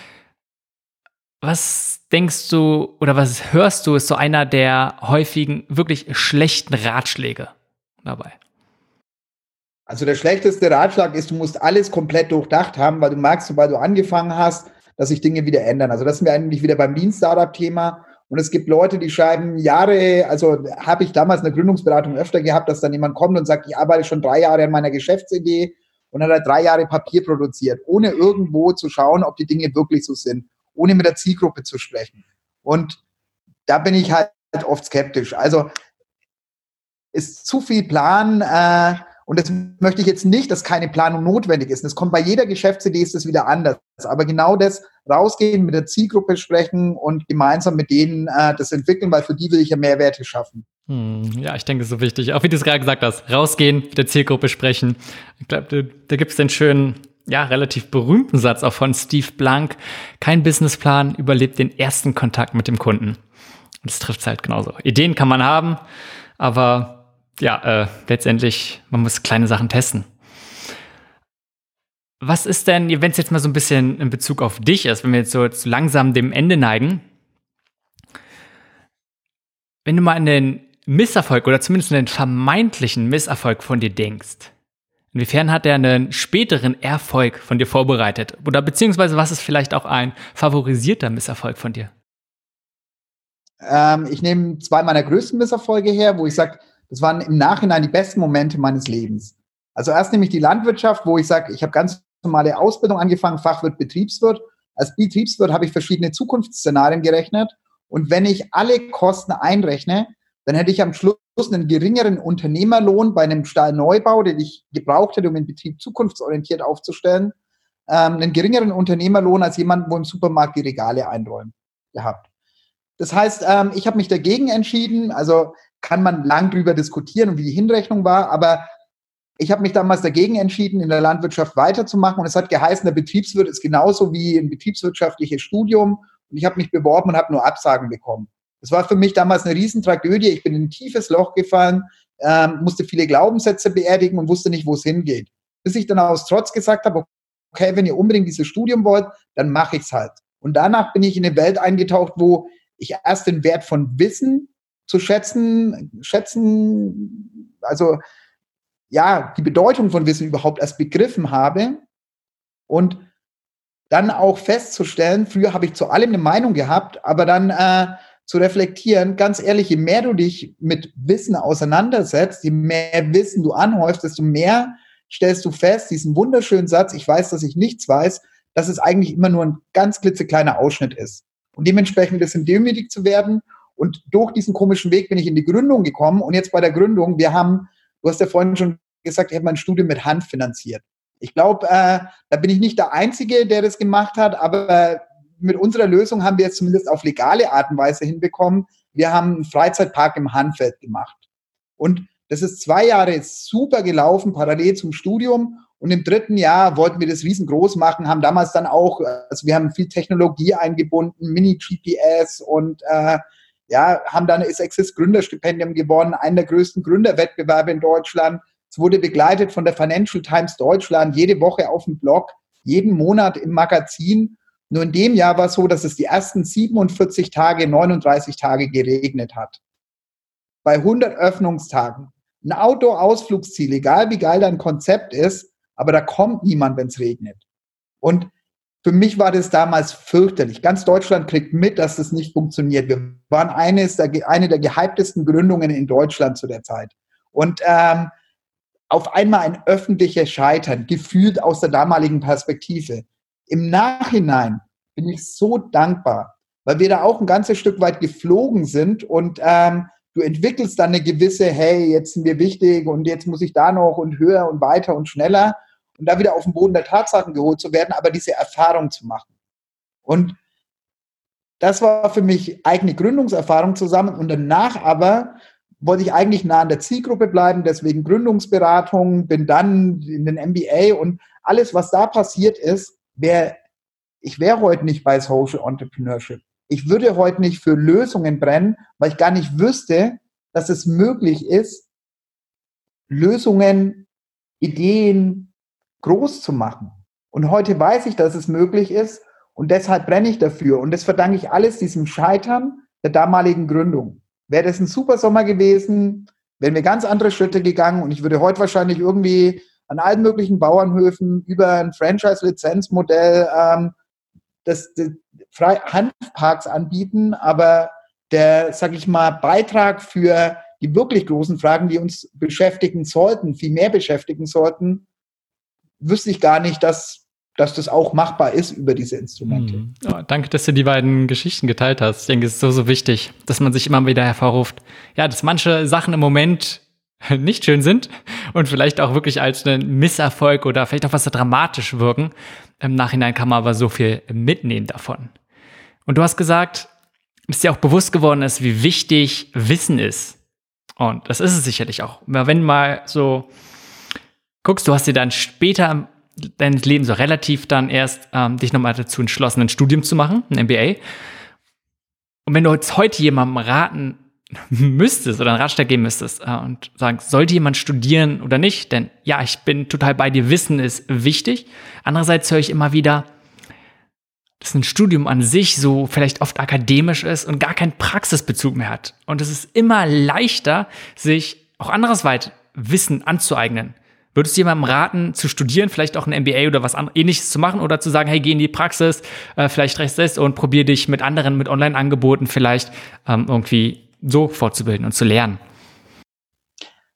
Was denkst du oder was hörst du, ist so einer der häufigen, wirklich schlechten Ratschläge dabei? Also der schlechteste Ratschlag ist, du musst alles komplett durchdacht haben, weil du merkst, sobald du angefangen hast, dass sich Dinge wieder ändern. Also das sind wir eigentlich wieder beim Lean-Startup-Thema. Und es gibt Leute, die schreiben Jahre, also habe ich damals in der Gründungsberatung öfter gehabt, dass dann jemand kommt und sagt, ich arbeite schon 3 Jahre an meiner Geschäftsidee und dann hat er 3 Jahre Papier produziert, ohne irgendwo zu schauen, ob die Dinge wirklich so sind, ohne mit der Zielgruppe zu sprechen. Und da bin ich halt oft skeptisch. Also ist zu viel Plan und das möchte ich jetzt nicht, dass keine Planung notwendig ist. Das kommt bei jeder Geschäftsidee, ist das wieder anders. Aber genau das, rausgehen, mit der Zielgruppe sprechen und gemeinsam mit denen das entwickeln, weil für die will ich ja Mehrwerte schaffen. Ja, ich denke, das ist so wichtig. Auch wie du es gerade gesagt hast, rausgehen, mit der Zielgruppe sprechen. Ich glaube, da gibt es den schönen, ja, relativ berühmten Satz auch von Steve Blank. Kein Businessplan überlebt den ersten Kontakt mit dem Kunden. Und das trifft es halt genauso. Ideen kann man haben, aber ja, letztendlich, man muss kleine Sachen testen. Was ist denn, wenn es jetzt mal so ein bisschen in Bezug auf dich ist, wenn wir jetzt so langsam dem Ende neigen, wenn du mal an den Misserfolg oder zumindest an den vermeintlichen Misserfolg von dir denkst, inwiefern hat er einen späteren Erfolg von dir vorbereitet? Oder beziehungsweise was ist vielleicht auch ein favorisierter Misserfolg von dir? Ich nehme 2 meiner größten Misserfolge her, wo ich sage, Das waren im Nachhinein die besten Momente meines Lebens. Also erst nämlich die Landwirtschaft, wo ich sage, ich habe ganz normale Ausbildung angefangen, Fachwirt, Betriebswirt. Als Betriebswirt habe ich verschiedene Zukunftsszenarien gerechnet. Und wenn ich alle Kosten einrechne, dann hätte ich am Schluss einen geringeren Unternehmerlohn bei einem Stallneubau, den ich gebraucht hätte, um den Betrieb zukunftsorientiert aufzustellen, einen geringeren Unternehmerlohn als jemand, wo im Supermarkt die Regale einräumen, gehabt. Das heißt, ich habe mich dagegen entschieden. Also kann man lang drüber diskutieren und wie die Hinrechnung war, aber ich habe mich damals dagegen entschieden, in der Landwirtschaft weiterzumachen. Und es hat geheißen, der Betriebswirt ist genauso wie ein betriebswirtschaftliches Studium. Und ich habe mich beworben und habe nur Absagen bekommen. Das war für mich damals eine Riesentragödie. Ich bin in ein tiefes Loch gefallen, musste viele Glaubenssätze beerdigen und wusste nicht, wo es hingeht. Bis ich dann aus Trotz gesagt habe, okay, wenn ihr unbedingt dieses Studium wollt, dann mache ich es halt. Und danach bin ich in eine Welt eingetaucht, wo ich erst den Wert von Wissen zu schätzen, also ja, die Bedeutung von Wissen überhaupt erst begriffen habe und dann auch festzustellen, früher habe ich zu allem eine Meinung gehabt, aber dann zu reflektieren, ganz ehrlich, je mehr du dich mit Wissen auseinandersetzt, je mehr Wissen du anhäufst, desto mehr stellst du fest, diesen wunderschönen Satz, ich weiß, dass ich nichts weiß, dass es eigentlich immer nur ein ganz klitzekleiner Ausschnitt ist. Und dementsprechend ist es demütig zu werden. Und durch diesen komischen Weg bin ich in die Gründung gekommen. Und jetzt bei der Gründung, du hast ja vorhin schon gesagt, ich habe mein Studium mit Hand finanziert. Ich glaube, da bin ich nicht der Einzige, der das gemacht hat, aber mit unserer Lösung haben wir es zumindest auf legale Art und Weise hinbekommen. Wir haben einen Freizeitpark im Hahnfeld gemacht. Und das ist 2 Jahre super gelaufen, parallel zum Studium. Und im 3. Jahr wollten wir das riesengroß machen, haben damals dann auch, also wir haben viel Technologie eingebunden, Mini-GPS und haben dann das Access Gründerstipendium gewonnen, einen der größten Gründerwettbewerbe in Deutschland. Es wurde begleitet von der Financial Times Deutschland, jede Woche auf dem Blog, jeden Monat im Magazin. Nur in dem Jahr war es so, dass es die ersten 47 Tage, 39 Tage geregnet hat. Bei 100 Öffnungstagen. Ein Outdoor-Ausflugsziel, egal wie geil dein Konzept ist, aber da kommt niemand, wenn es regnet. Und für mich war das damals fürchterlich. Ganz Deutschland kriegt mit, dass das nicht funktioniert. Wir waren eine der gehyptesten Gründungen in Deutschland zu der Zeit. Und auf einmal ein öffentliches Scheitern, gefühlt aus der damaligen Perspektive. Im Nachhinein bin ich so dankbar, weil wir da auch ein ganzes Stück weit geflogen sind und du entwickelst dann eine gewisse, hey, jetzt sind wir wichtig und jetzt muss ich da noch und höher und weiter und schneller und da wieder auf den Boden der Tatsachen geholt zu werden, aber diese Erfahrung zu machen. Und das war für mich eigene Gründungserfahrung zusammen und danach aber wollte ich eigentlich nah an der Zielgruppe bleiben, deswegen Gründungsberatung, bin dann in den MBA und alles, was da passiert ist, ich wäre heute nicht bei Social Entrepreneurship. Ich würde heute nicht für Lösungen brennen, weil ich gar nicht wüsste, dass es möglich ist, Lösungen, Ideen groß zu machen. Und heute weiß ich, dass es möglich ist und deshalb brenne ich dafür. Und das verdanke ich alles diesem Scheitern der damaligen Gründung. Wäre das ein super Sommer gewesen, wären wir ganz andere Schritte gegangen und ich würde heute wahrscheinlich irgendwie an allen möglichen Bauernhöfen über ein Franchise-Lizenzmodell das Hanfparks anbieten, aber der, sag ich mal, Beitrag für die wirklich großen Fragen, die uns beschäftigen sollten, viel mehr beschäftigen sollten, wüsste ich gar nicht, dass das auch machbar ist über diese Instrumente. Oh, danke, dass du die beiden Geschichten geteilt hast. Ich denke, es ist so wichtig, dass man sich immer wieder hervorruft, ja, dass manche Sachen im Moment nicht schön sind und vielleicht auch wirklich als ein Misserfolg oder vielleicht auch was so dramatisch wirken. Im Nachhinein kann man aber so viel mitnehmen davon. Und du hast gesagt, dass dir auch bewusst geworden ist, wie wichtig Wissen ist. Und das ist es sicherlich auch. Wenn du mal so guckst, du hast dir dann später deines Lebens so relativ dann erst dich nochmal dazu entschlossen, ein Studium zu machen, ein MBA. Und wenn du jetzt heute jemandem raten müsstest oder einen Ratschlag geben müsstest und sagen, sollte jemand studieren oder nicht? Denn ja, ich bin total bei dir, Wissen ist wichtig. Andererseits höre ich immer wieder, dass ein Studium an sich so vielleicht oft akademisch ist und gar keinen Praxisbezug mehr hat. Und es ist immer leichter, sich auch andersweit Wissen anzueignen. Würdest du jemandem raten, zu studieren, vielleicht auch ein MBA oder was Ähnliches zu machen oder zu sagen, hey, geh in die Praxis, vielleicht rechts ist und probier dich mit anderen, mit Online-Angeboten vielleicht irgendwie so fortzubilden und zu lernen?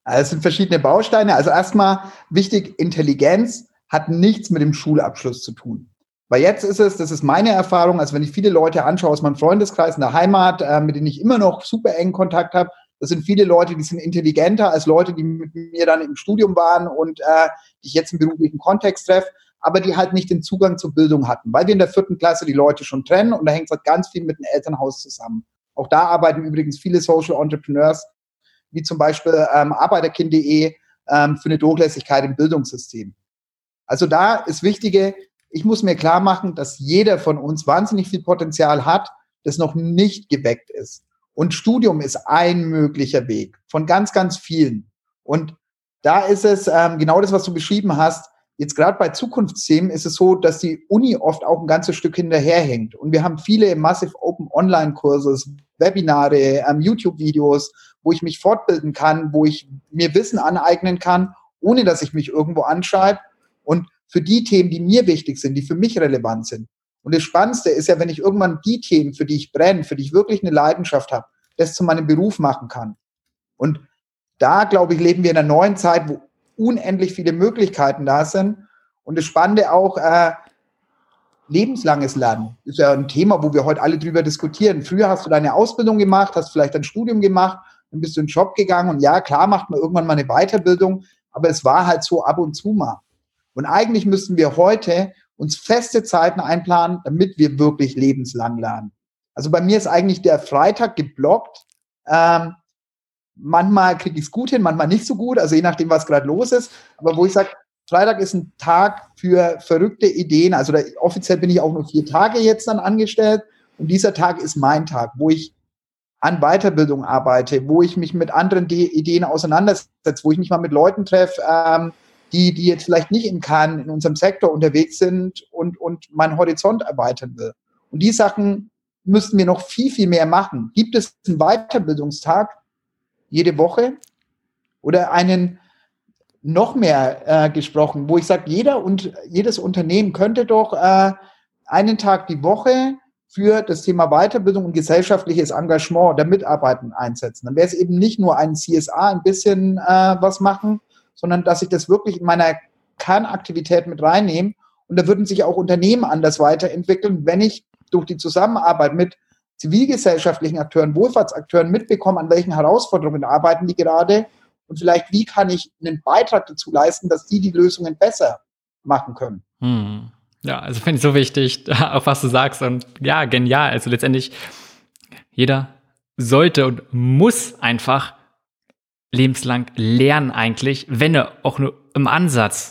Es sind verschiedene Bausteine. Also erstmal wichtig, Intelligenz hat nichts mit dem Schulabschluss zu tun. Weil jetzt ist es, das ist meine Erfahrung, also wenn ich viele Leute anschaue aus meinem Freundeskreis in der Heimat, mit denen ich immer noch super engen Kontakt habe, das sind viele Leute, die sind intelligenter als Leute, die mit mir dann im Studium waren und die ich jetzt im beruflichen Kontext treffe, aber die halt nicht den Zugang zur Bildung hatten, weil wir in der 4. Klasse die Leute schon trennen und da hängt es halt ganz viel mit dem Elternhaus zusammen. Auch da arbeiten übrigens viele Social Entrepreneurs, wie zum Beispiel Arbeiterkind.de für eine Durchlässigkeit im Bildungssystem. Also da ist Wichtige, ich muss mir klar machen, dass jeder von uns wahnsinnig viel Potenzial hat, das noch nicht geweckt ist. Und Studium ist ein möglicher Weg von ganz, ganz vielen. Und da ist es genau das, was du beschrieben hast. Jetzt gerade bei Zukunftsthemen ist es so, dass die Uni oft auch ein ganzes Stück hinterherhängt. Und wir haben viele Massive Open Online-Kurse, Webinare, YouTube-Videos, wo ich mich fortbilden kann, wo ich mir Wissen aneignen kann, ohne dass ich mich irgendwo anschreibe. Und für die Themen, die mir wichtig sind, die für mich relevant sind. Und das Spannendste ist ja, wenn ich irgendwann die Themen, für die ich brenne, für die ich wirklich eine Leidenschaft habe, das zu meinem Beruf machen kann. Und da, glaube ich, leben wir in einer neuen Zeit, wo unendlich viele Möglichkeiten da sind. Und das Spannende auch, lebenslanges Lernen ist ja ein Thema, wo wir heute alle drüber diskutieren. Früher hast du deine Ausbildung gemacht, hast vielleicht ein Studium gemacht, dann bist du in den Job gegangen und ja, klar macht man irgendwann mal eine Weiterbildung, aber es war halt so ab und zu mal. Und eigentlich müssten wir heute uns feste Zeiten einplanen, damit wir wirklich lebenslang lernen. Also bei mir ist eigentlich der Freitag geblockt. Manchmal kriege ich es gut hin, manchmal nicht so gut, also je nachdem, was gerade los ist. Aber wo ich sage, Freitag ist ein Tag für verrückte Ideen. Also offiziell bin ich auch nur 4 Tage jetzt dann angestellt. Und dieser Tag ist mein Tag, wo ich an Weiterbildung arbeite, wo ich mich mit anderen Ideen auseinandersetze, wo ich mich mal mit Leuten treffe, die jetzt vielleicht nicht in unserem Sektor unterwegs sind und meinen Horizont erweitern will. Und die Sachen müssten wir noch viel, viel mehr machen. Gibt es einen Weiterbildungstag jede Woche oder einen noch mehr gesprochen, wo ich sage, jedes Unternehmen könnte doch einen Tag die Woche für das Thema Weiterbildung und gesellschaftliches Engagement der Mitarbeiter einsetzen. Dann wäre es eben nicht nur ein CSA, ein bisschen was machen, sondern dass ich das wirklich in meiner Kernaktivität mit reinnehme. Und da würden sich auch Unternehmen anders weiterentwickeln, wenn ich durch die Zusammenarbeit mit zivilgesellschaftlichen Akteuren, Wohlfahrtsakteuren mitbekomme, an welchen Herausforderungen arbeiten die gerade und vielleicht wie kann ich einen Beitrag dazu leisten, dass die Lösungen besser machen können. Ja, also finde ich so wichtig, auch was du sagst und ja, genial. Also letztendlich jeder sollte und muss einfach lebenslang lernen eigentlich, wenn er auch nur im Ansatz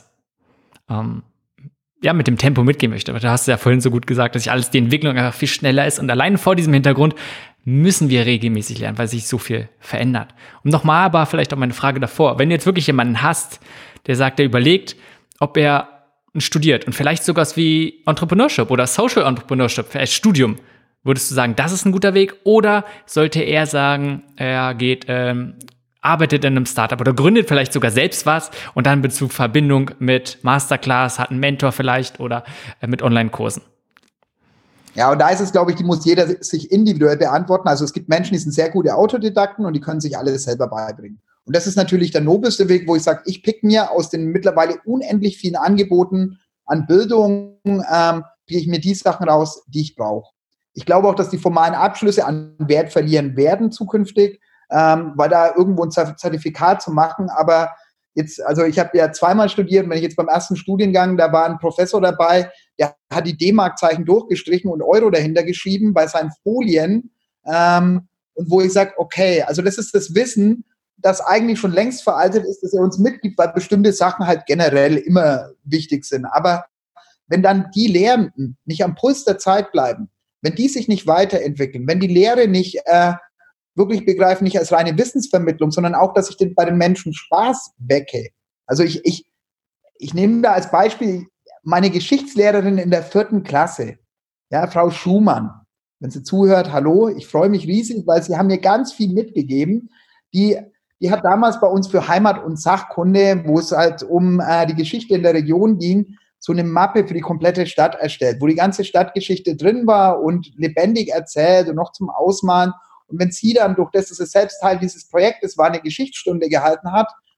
mit dem Tempo mitgehen möchte. Aber da hast du ja vorhin so gut gesagt, dass alles die Entwicklung einfach viel schneller ist und allein vor diesem Hintergrund müssen wir regelmäßig lernen, weil sich so viel verändert. Und nochmal aber vielleicht auch meine Frage davor, wenn du jetzt wirklich jemanden hast, der sagt, der überlegt, ob er studiert und vielleicht sogar was wie Entrepreneurship oder Social Entrepreneurship als Studium, würdest du sagen, das ist ein guter Weg oder sollte er sagen, er geht arbeitet in einem Startup oder gründet vielleicht sogar selbst was und dann in Bezug Verbindung mit Masterclass, hat einen Mentor vielleicht oder mit Online-Kursen? Ja, und da ist es, glaube ich, die muss jeder sich individuell beantworten. Also es gibt Menschen, die sind sehr gute Autodidakten und die können sich alles selber beibringen. Und das ist natürlich der nobelste Weg, wo ich sage, ich pick mir aus den mittlerweile unendlich vielen Angeboten an Bildung, pick ich mir die Sachen raus, die ich brauche. Ich glaube auch, dass die formalen Abschlüsse an Wert verlieren werden zukünftig, weil da irgendwo ein Zertifikat zu machen, aber jetzt, also ich habe ja 2-mal studiert und wenn ich jetzt beim ersten Studiengang, da war ein Professor dabei, der hat die D-Mark-Zeichen durchgestrichen und Euro dahinter geschrieben bei seinen Folien und wo ich sage, okay, also das ist das Wissen, das eigentlich schon längst veraltet ist, dass er uns mitgibt, weil bestimmte Sachen halt generell immer wichtig sind, aber wenn dann die Lehrenden nicht am Puls der Zeit bleiben, wenn die sich nicht weiterentwickeln, wenn die Lehre nicht wirklich begreifen, nicht als reine Wissensvermittlung, sondern auch, dass ich bei den Menschen Spaß wecke. Also ich nehme da als Beispiel meine Geschichtslehrerin in der 4. Klasse, ja, Frau Schumann. Wenn sie zuhört, hallo, ich freue mich riesig, weil sie haben mir ganz viel mitgegeben. Die hat damals bei uns für Heimat- und Sachkunde, wo es halt um die Geschichte in der Region ging, so eine Mappe für die komplette Stadt erstellt, wo die ganze Stadtgeschichte drin war und lebendig erzählt und noch zum Ausmalen. Und wenn sie dann durch das, dass sie selbst Teil dieses Projektes war, eine Geschichtsstunde gehalten hat,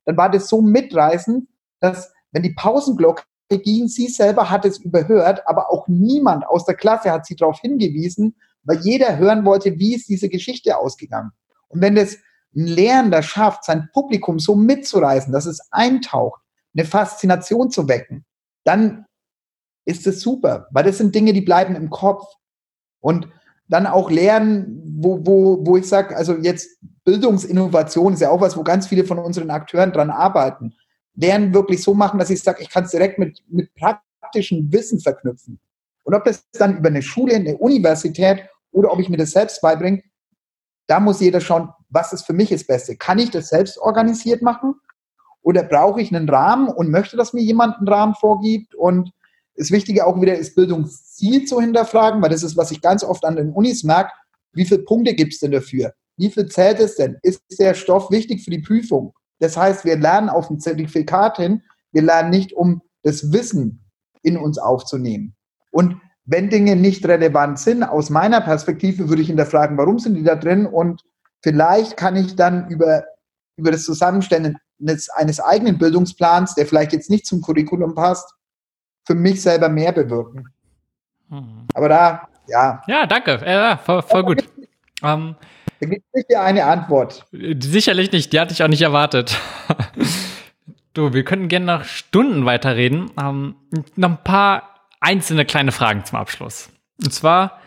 dann war das so mitreißend, dass wenn die Pausenglocke ging, sie selber hat es überhört, aber auch niemand aus der Klasse hat sie darauf hingewiesen, weil jeder hören wollte, wie ist diese Geschichte ausgegangen. Und wenn das ein Lehrender schafft, sein Publikum so mitzureißen, dass es eintaucht, eine Faszination zu wecken, dann ist es super, weil das sind Dinge, die bleiben im Kopf. Und dann auch lernen, wo ich sage, also jetzt Bildungsinnovation ist ja auch was, wo ganz viele von unseren Akteuren dran arbeiten. Lernen wirklich so machen, dass ich sage, ich kann es direkt mit praktischem Wissen verknüpfen. Und ob das dann über eine Schule, eine Universität oder ob ich mir das selbst beibringe, da muss jeder schauen, was ist für mich das Beste. Kann ich das selbst organisiert machen oder brauche ich einen Rahmen und möchte, dass mir jemand einen Rahmen vorgibt? Und das Wichtige auch wieder ist, Bildungsziel zu hinterfragen, weil das ist, was ich ganz oft an den Unis merke. Wie viele Punkte gibt es denn dafür? Wie viel zählt es denn? Ist der Stoff wichtig für die Prüfung? Das heißt, wir lernen auf ein Zertifikat hin, wir lernen nicht, um das Wissen in uns aufzunehmen. Und wenn Dinge nicht relevant sind, aus meiner Perspektive würde ich hinterfragen, warum sind die da drin? Und vielleicht kann ich dann über das Zusammenstellen eines eigenen Bildungsplans, der vielleicht jetzt nicht zum Curriculum passt, für mich selber mehr bewirken. Aber da, ja. Ja, danke. Ja, voll gut. Da gibt es nicht eine Antwort. Sicherlich nicht. Die hatte ich auch nicht erwartet. Du, wir könnten gerne noch Stunden weiterreden. Noch ein paar einzelne kleine Fragen zum Abschluss. Und zwar,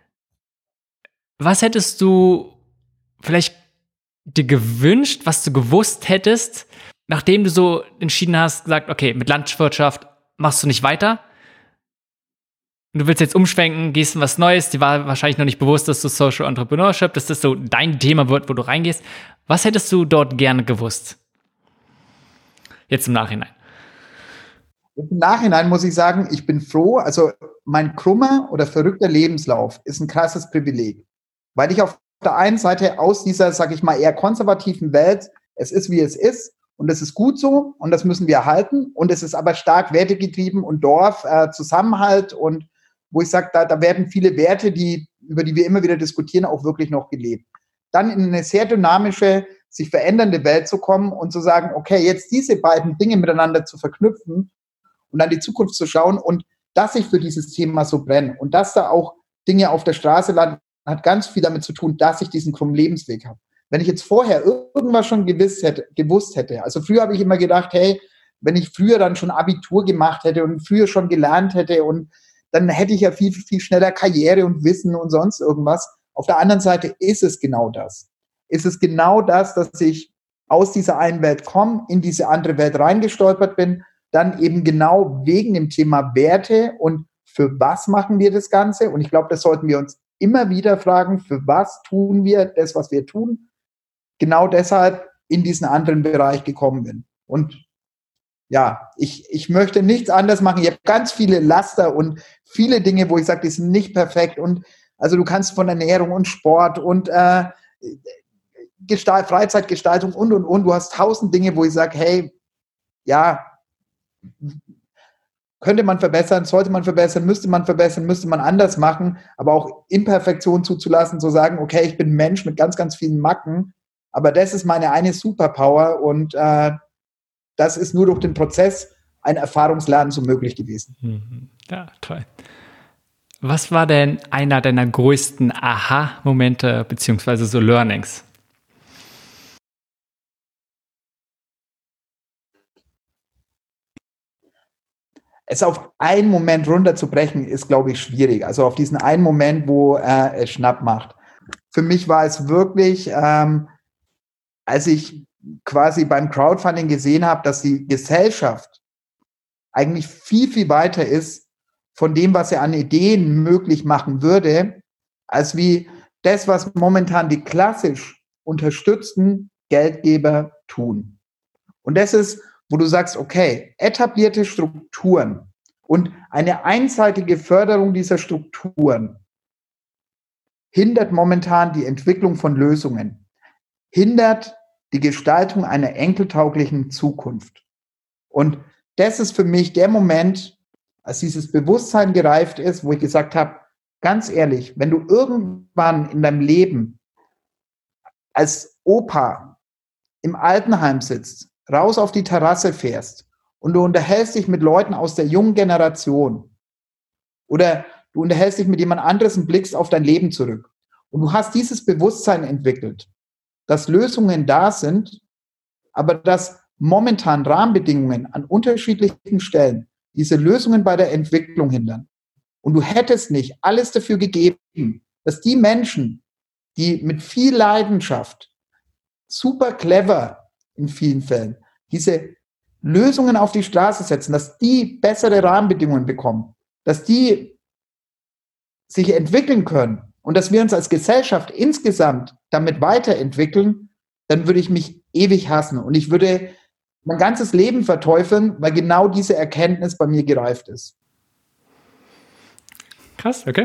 was hättest du vielleicht dir gewünscht, was du gewusst hättest, nachdem du so entschieden hast, gesagt, okay, mit Landwirtschaft machst du nicht weiter? Du willst jetzt umschwenken, gehst in was Neues, dir war wahrscheinlich noch nicht bewusst, dass du Social Entrepreneurship, dass das so dein Thema wird, wo du reingehst. Was hättest du dort gerne gewusst? Jetzt im Nachhinein. Im Nachhinein muss ich sagen, ich bin froh, also mein krummer oder verrückter Lebenslauf ist ein krasses Privileg, weil ich auf der einen Seite aus dieser, sag ich mal, eher konservativen Welt, es ist, wie es ist und es ist gut so und das müssen wir erhalten und es ist aber stark wertegetrieben und Dorf, Zusammenhalt und wo ich sage, da werden viele Werte, über die wir immer wieder diskutieren, auch wirklich noch gelebt. Dann in eine sehr dynamische, sich verändernde Welt zu kommen und zu sagen, okay, jetzt diese beiden Dinge miteinander zu verknüpfen und an die Zukunft zu schauen und dass ich für dieses Thema so brenne und dass da auch Dinge auf der Straße landen, hat ganz viel damit zu tun, dass ich diesen krummen Lebensweg habe. Wenn ich jetzt vorher irgendwas schon gewusst hätte, also früher habe ich immer gedacht, hey, wenn ich früher dann schon Abitur gemacht hätte und früher schon gelernt hätte und dann hätte ich ja viel, viel schneller Karriere und Wissen und sonst irgendwas. Auf der anderen Seite ist es genau das. Ist es genau das, dass ich aus dieser einen Welt komme, in diese andere Welt reingestolpert bin, dann eben genau wegen dem Thema Werte und für was machen wir das Ganze? Und ich glaube, das sollten wir uns immer wieder fragen, für was tun wir das, was wir tun? Genau deshalb in diesen anderen Bereich gekommen bin. Und ja, ich möchte nichts anderes machen. Ich habe ganz viele Laster und viele Dinge, wo ich sage, die sind nicht perfekt. Und also du kannst von Ernährung und Sport und Freizeitgestaltung und. Du hast 1000 Dinge, wo ich sage, hey, ja, könnte man verbessern, sollte man verbessern, müsste man anders machen, aber auch Imperfektion zuzulassen, zu sagen, okay, ich bin ein Mensch mit ganz, ganz vielen Macken, aber das ist meine eine Superpower und das ist nur durch den Prozess ein Erfahrungslernen so möglich gewesen. Ja, toll. Was war denn einer deiner größten Aha-Momente beziehungsweise so Learnings? Es auf einen Moment runterzubrechen, ist, glaube ich, schwierig. Also auf diesen einen Moment, wo es Schnapp macht. Für mich war es wirklich, als ich quasi beim Crowdfunding gesehen habe, dass die Gesellschaft eigentlich viel, viel weiter ist von dem, was er an Ideen möglich machen würde, als wie das, was momentan die klassisch unterstützten Geldgeber tun. Und das ist, wo du sagst, okay, etablierte Strukturen und eine einseitige Förderung dieser Strukturen hindert momentan die Entwicklung von Lösungen, hindert die Gestaltung einer enkeltauglichen Zukunft. Und das ist für mich der Moment, als dieses Bewusstsein gereift ist, wo ich gesagt habe, ganz ehrlich, wenn du irgendwann in deinem Leben als Opa im Altenheim sitzt, raus auf die Terrasse fährst und du unterhältst dich mit Leuten aus der jungen Generation oder du unterhältst dich mit jemand anderes und blickst auf dein Leben zurück und du hast dieses Bewusstsein entwickelt, dass Lösungen da sind, aber dass momentan Rahmenbedingungen an unterschiedlichen Stellen diese Lösungen bei der Entwicklung hindern. Und du hättest nicht alles dafür gegeben, dass die Menschen, die mit viel Leidenschaft, super clever in vielen Fällen, diese Lösungen auf die Straße setzen, dass die bessere Rahmenbedingungen bekommen, dass die sich entwickeln können und dass wir uns als Gesellschaft insgesamt damit weiterentwickeln, dann würde ich mich ewig hassen. Und ich würde mein ganzes Leben verteufeln, weil genau diese Erkenntnis bei mir gereift ist. Krass, okay.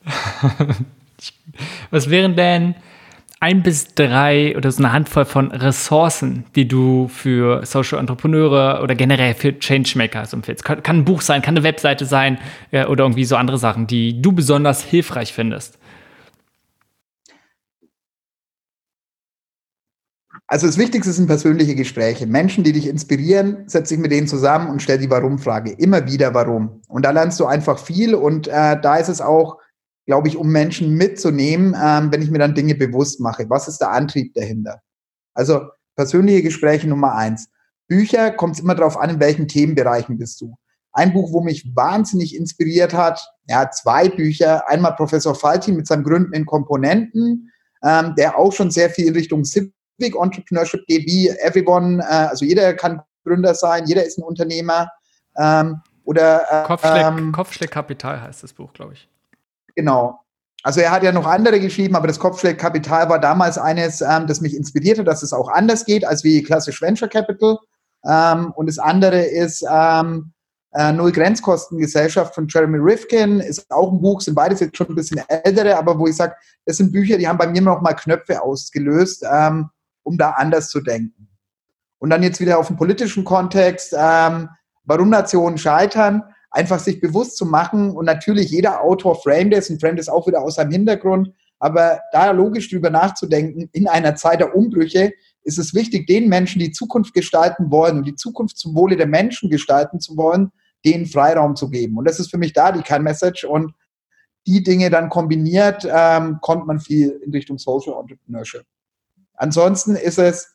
Was wären denn 1 bis 3 oder so eine Handvoll von Ressourcen, die du für Social Entrepreneure oder generell für Changemakers empfiehlst? Kann ein Buch sein, kann eine Webseite sein oder irgendwie so andere Sachen, die du besonders hilfreich findest? Also das Wichtigste sind persönliche Gespräche. Menschen, die dich inspirieren, setz dich mit denen zusammen und stell die Warum-Frage. Immer wieder Warum. Und da lernst du einfach viel und da ist es auch, glaube ich, um Menschen mitzunehmen, wenn ich mir dann Dinge bewusst mache. Was ist der Antrieb dahinter? Also persönliche Gespräche Nummer 1. Bücher, kommt es immer darauf an, in welchen Themenbereichen bist du. Ein Buch, wo mich wahnsinnig inspiriert hat, 2 Bücher. Einmal Professor Faltin mit seinem Gründen in Komponenten, der auch schon sehr viel in Richtung Civic Entrepreneurship geht, wie everyone, also jeder kann Gründer sein, jeder ist ein Unternehmer. Kopfschlägkapital heißt das Buch, glaube ich. Genau. Also er hat ja noch andere geschrieben, aber das Kopfschlägkapital war damals eines, das mich inspiriert hat, dass es auch anders geht als wie klassisch Venture Capital. Und das andere ist Null-Grenzkosten-Gesellschaft von Jeremy Rifkin, ist auch ein Buch, sind beides jetzt schon ein bisschen ältere, aber wo ich sage, das sind Bücher, die haben bei mir noch mal Knöpfe ausgelöst, um da anders zu denken. Und dann jetzt wieder auf den politischen Kontext, warum Nationen scheitern, einfach sich bewusst zu machen und natürlich jeder Autor framet es und framet es auch wieder aus seinem Hintergrund, aber da logisch drüber nachzudenken, in einer Zeit der Umbrüche ist es wichtig, den Menschen, die Zukunft gestalten wollen und die Zukunft zum Wohle der Menschen gestalten zu wollen, denen Freiraum zu geben. Und das ist für mich da die Kernmessage und die Dinge dann kombiniert, kommt man viel in Richtung Social Entrepreneurship. Ansonsten ist es,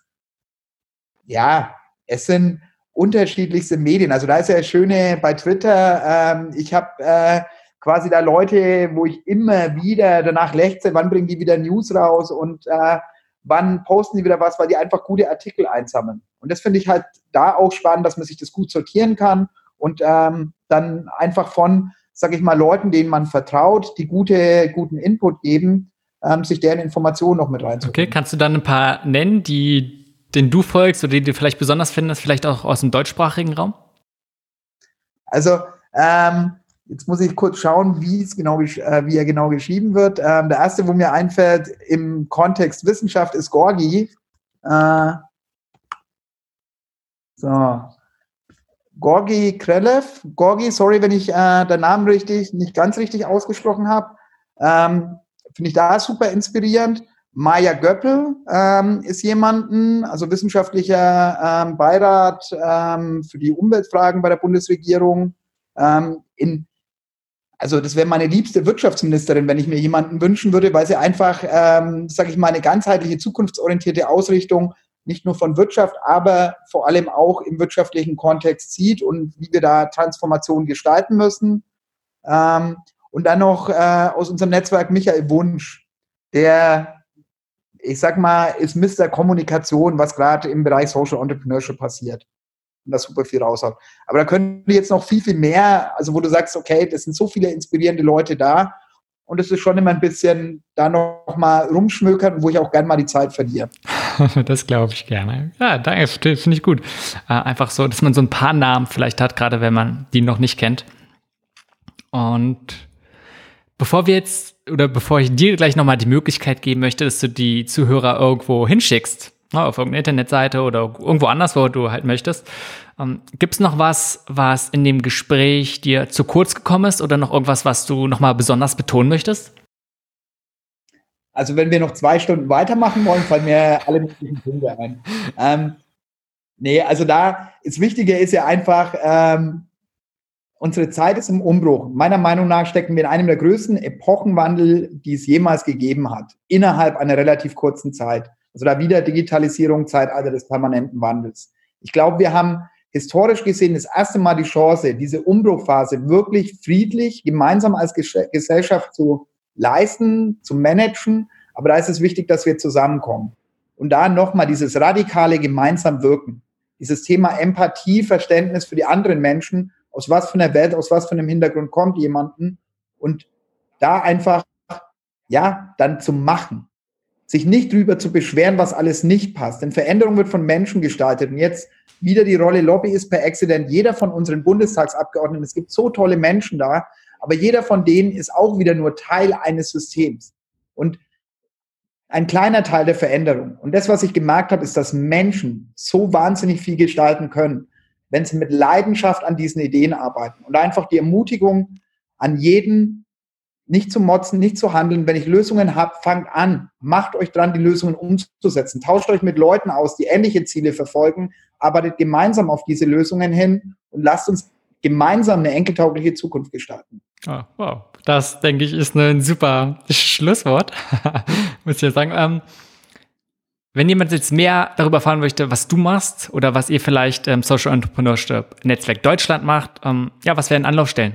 es sind unterschiedlichste Medien. Also da ist ja das Schöne bei Twitter, ich habe quasi da Leute, wo ich immer wieder danach lechze, wann bringen die wieder News raus und wann posten die wieder was, weil die einfach gute Artikel einsammeln. Und das finde ich halt da auch spannend, dass man sich das gut sortieren kann und dann einfach von, sage ich mal, Leuten, denen man vertraut, die guten Input geben, sich deren Informationen noch mit reinzubringen. Okay, kannst du dann ein paar nennen, denen du folgst oder die du vielleicht besonders findest, vielleicht auch aus dem deutschsprachigen Raum? Also, jetzt muss ich kurz schauen, wie er genau geschrieben wird. Der erste, wo mir einfällt, im Kontext Wissenschaft, ist Gorgi. Gorgi Krelev. Gorgi, sorry, wenn ich den Namen nicht ganz richtig ausgesprochen habe. Finde ich da super inspirierend. Maja Göppel ist also wissenschaftlicher Beirat für die Umweltfragen bei der Bundesregierung. Also das wäre meine liebste Wirtschaftsministerin, wenn ich mir jemanden wünschen würde, weil sie einfach, sage ich mal, eine ganzheitliche, zukunftsorientierte Ausrichtung nicht nur von Wirtschaft, aber vor allem auch im wirtschaftlichen Kontext sieht und wie wir da Transformation gestalten müssen. Und dann noch aus unserem Netzwerk Michael Wunsch, der, ich sag mal, ist Mr. Kommunikation, was gerade im Bereich Social Entrepreneurship passiert. Und das super viel raushaut. Aber da können wir jetzt noch viel, viel mehr, also wo du sagst, okay, das sind so viele inspirierende Leute da und es ist schon immer ein bisschen da noch mal rumschmökern, wo ich auch gerne mal die Zeit verliere. Das glaube ich gerne. Ja, danke, finde ich gut. Einfach so, dass man so ein paar Namen vielleicht hat, gerade wenn man die noch nicht kennt. Und bevor ich dir gleich nochmal die Möglichkeit geben möchte, dass du die Zuhörer irgendwo hinschickst, auf irgendeine Internetseite oder irgendwo anders, wo du halt möchtest, gibt es noch was in dem Gespräch dir zu kurz gekommen ist oder noch irgendwas, was du nochmal besonders betonen möchtest? Also wenn wir noch 2 Stunden weitermachen wollen, fallen mir alle möglichen Punkte ein. Nee, also das Wichtige ist ja einfach, unsere Zeit ist im Umbruch. Meiner Meinung nach stecken wir in einem der größten Epochenwandel, die es jemals gegeben hat, innerhalb einer relativ kurzen Zeit. Also da wieder Digitalisierung, Zeitalter des permanenten Wandels. Ich glaube, wir haben historisch gesehen das erste Mal die Chance, diese Umbruchphase wirklich friedlich, gemeinsam als Gesellschaft zu leisten, zu managen. Aber da ist es wichtig, dass wir zusammenkommen. Und da nochmal dieses radikale gemeinsam wirken. Dieses Thema Empathie, Verständnis für die anderen Menschen, aus was für einer Welt, aus was für einem Hintergrund kommt jemanden und da einfach, ja, dann zu machen. Sich nicht drüber zu beschweren, was alles nicht passt. Denn Veränderung wird von Menschen gestaltet. Und jetzt wieder die Rolle Lobbyist per Accident. Jeder von unseren Bundestagsabgeordneten, es gibt so tolle Menschen da, aber jeder von denen ist auch wieder nur Teil eines Systems. Und ein kleiner Teil der Veränderung. Und das, was ich gemerkt habe, ist, dass Menschen so wahnsinnig viel gestalten können, wenn sie mit Leidenschaft an diesen Ideen arbeiten. Und einfach die Ermutigung an jeden, nicht zu motzen, nicht zu handeln. Wenn ich Lösungen habe, fangt an. Macht euch dran, die Lösungen umzusetzen. Tauscht euch mit Leuten aus, die ähnliche Ziele verfolgen. Arbeitet gemeinsam auf diese Lösungen hin und lasst uns gemeinsam eine enkeltaugliche Zukunft gestalten. Oh, wow, das, denke ich, ist ein super Schlusswort, muss ich ja sagen. Wenn jemand jetzt mehr darüber erfahren möchte, was du machst oder was ihr vielleicht im Social Entrepreneurship Netzwerk Deutschland macht, was wären Anlaufstellen?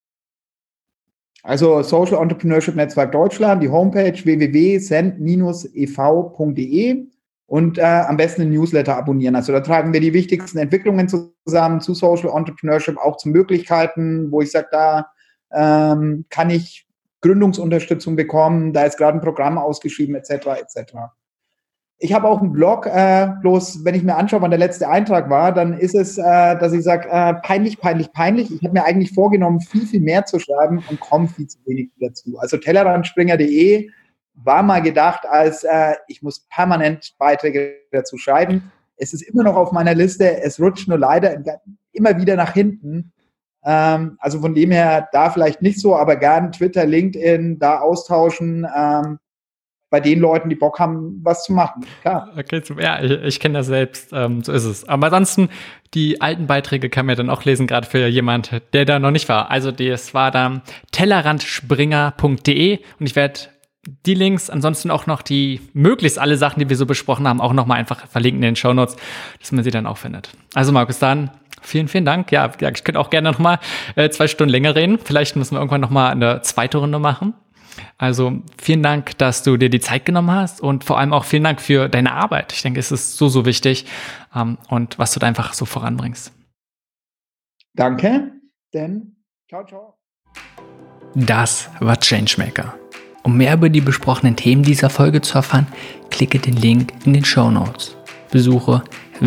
Also Social Entrepreneurship Netzwerk Deutschland, die Homepage www.send-ev.de und am besten den Newsletter abonnieren. Also da tragen wir die wichtigsten Entwicklungen zusammen zu Social Entrepreneurship, auch zu Möglichkeiten, wo ich sage, da kann ich Gründungsunterstützung bekommen, da ist gerade ein Programm ausgeschrieben, etc. etc. Ich habe auch einen Blog, bloß wenn ich mir anschaue, wann der letzte Eintrag war, dann ist es, dass ich sage, peinlich. Ich habe mir eigentlich vorgenommen, viel, viel mehr zu schreiben und komme viel zu wenig dazu. Also Tellerrandspringer.de war mal gedacht als, ich muss permanent Beiträge dazu schreiben. Es ist immer noch auf meiner Liste, es rutscht nur leider immer wieder nach hinten. Also von dem her da vielleicht nicht so, aber gern Twitter, LinkedIn, da austauschen, bei den Leuten, die Bock haben, was zu machen. Klar. Okay, super. Ja, ich kenne das selbst, so ist es. Aber ansonsten, die alten Beiträge kann man dann auch lesen, gerade für jemand, der da noch nicht war. Also das war dann tellerrandspringer.de und ich werde die Links, ansonsten auch noch die möglichst alle Sachen, die wir so besprochen haben, auch nochmal einfach verlinken in den Shownotes, dass man sie dann auch findet. Also Markus, dann vielen, vielen Dank. Ja, ich könnte auch gerne nochmal 2 Stunden länger reden. Vielleicht müssen wir irgendwann nochmal eine zweite Runde machen. Also vielen Dank, dass du dir die Zeit genommen hast und vor allem auch vielen Dank für deine Arbeit. Ich denke, es ist so, so wichtig und was du da einfach so voranbringst. Danke, denn ciao, ciao. Das war Changemaker. Um mehr über die besprochenen Themen dieser Folge zu erfahren, klicke den Link in den Shownotes. Besuche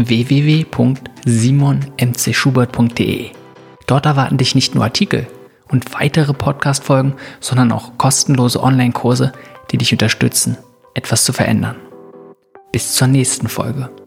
www.simonmcschubert.de. Dort erwarten dich nicht nur Artikel und weitere Podcast-Folgen, sondern auch kostenlose Online-Kurse, die dich unterstützen, etwas zu verändern. Bis zur nächsten Folge.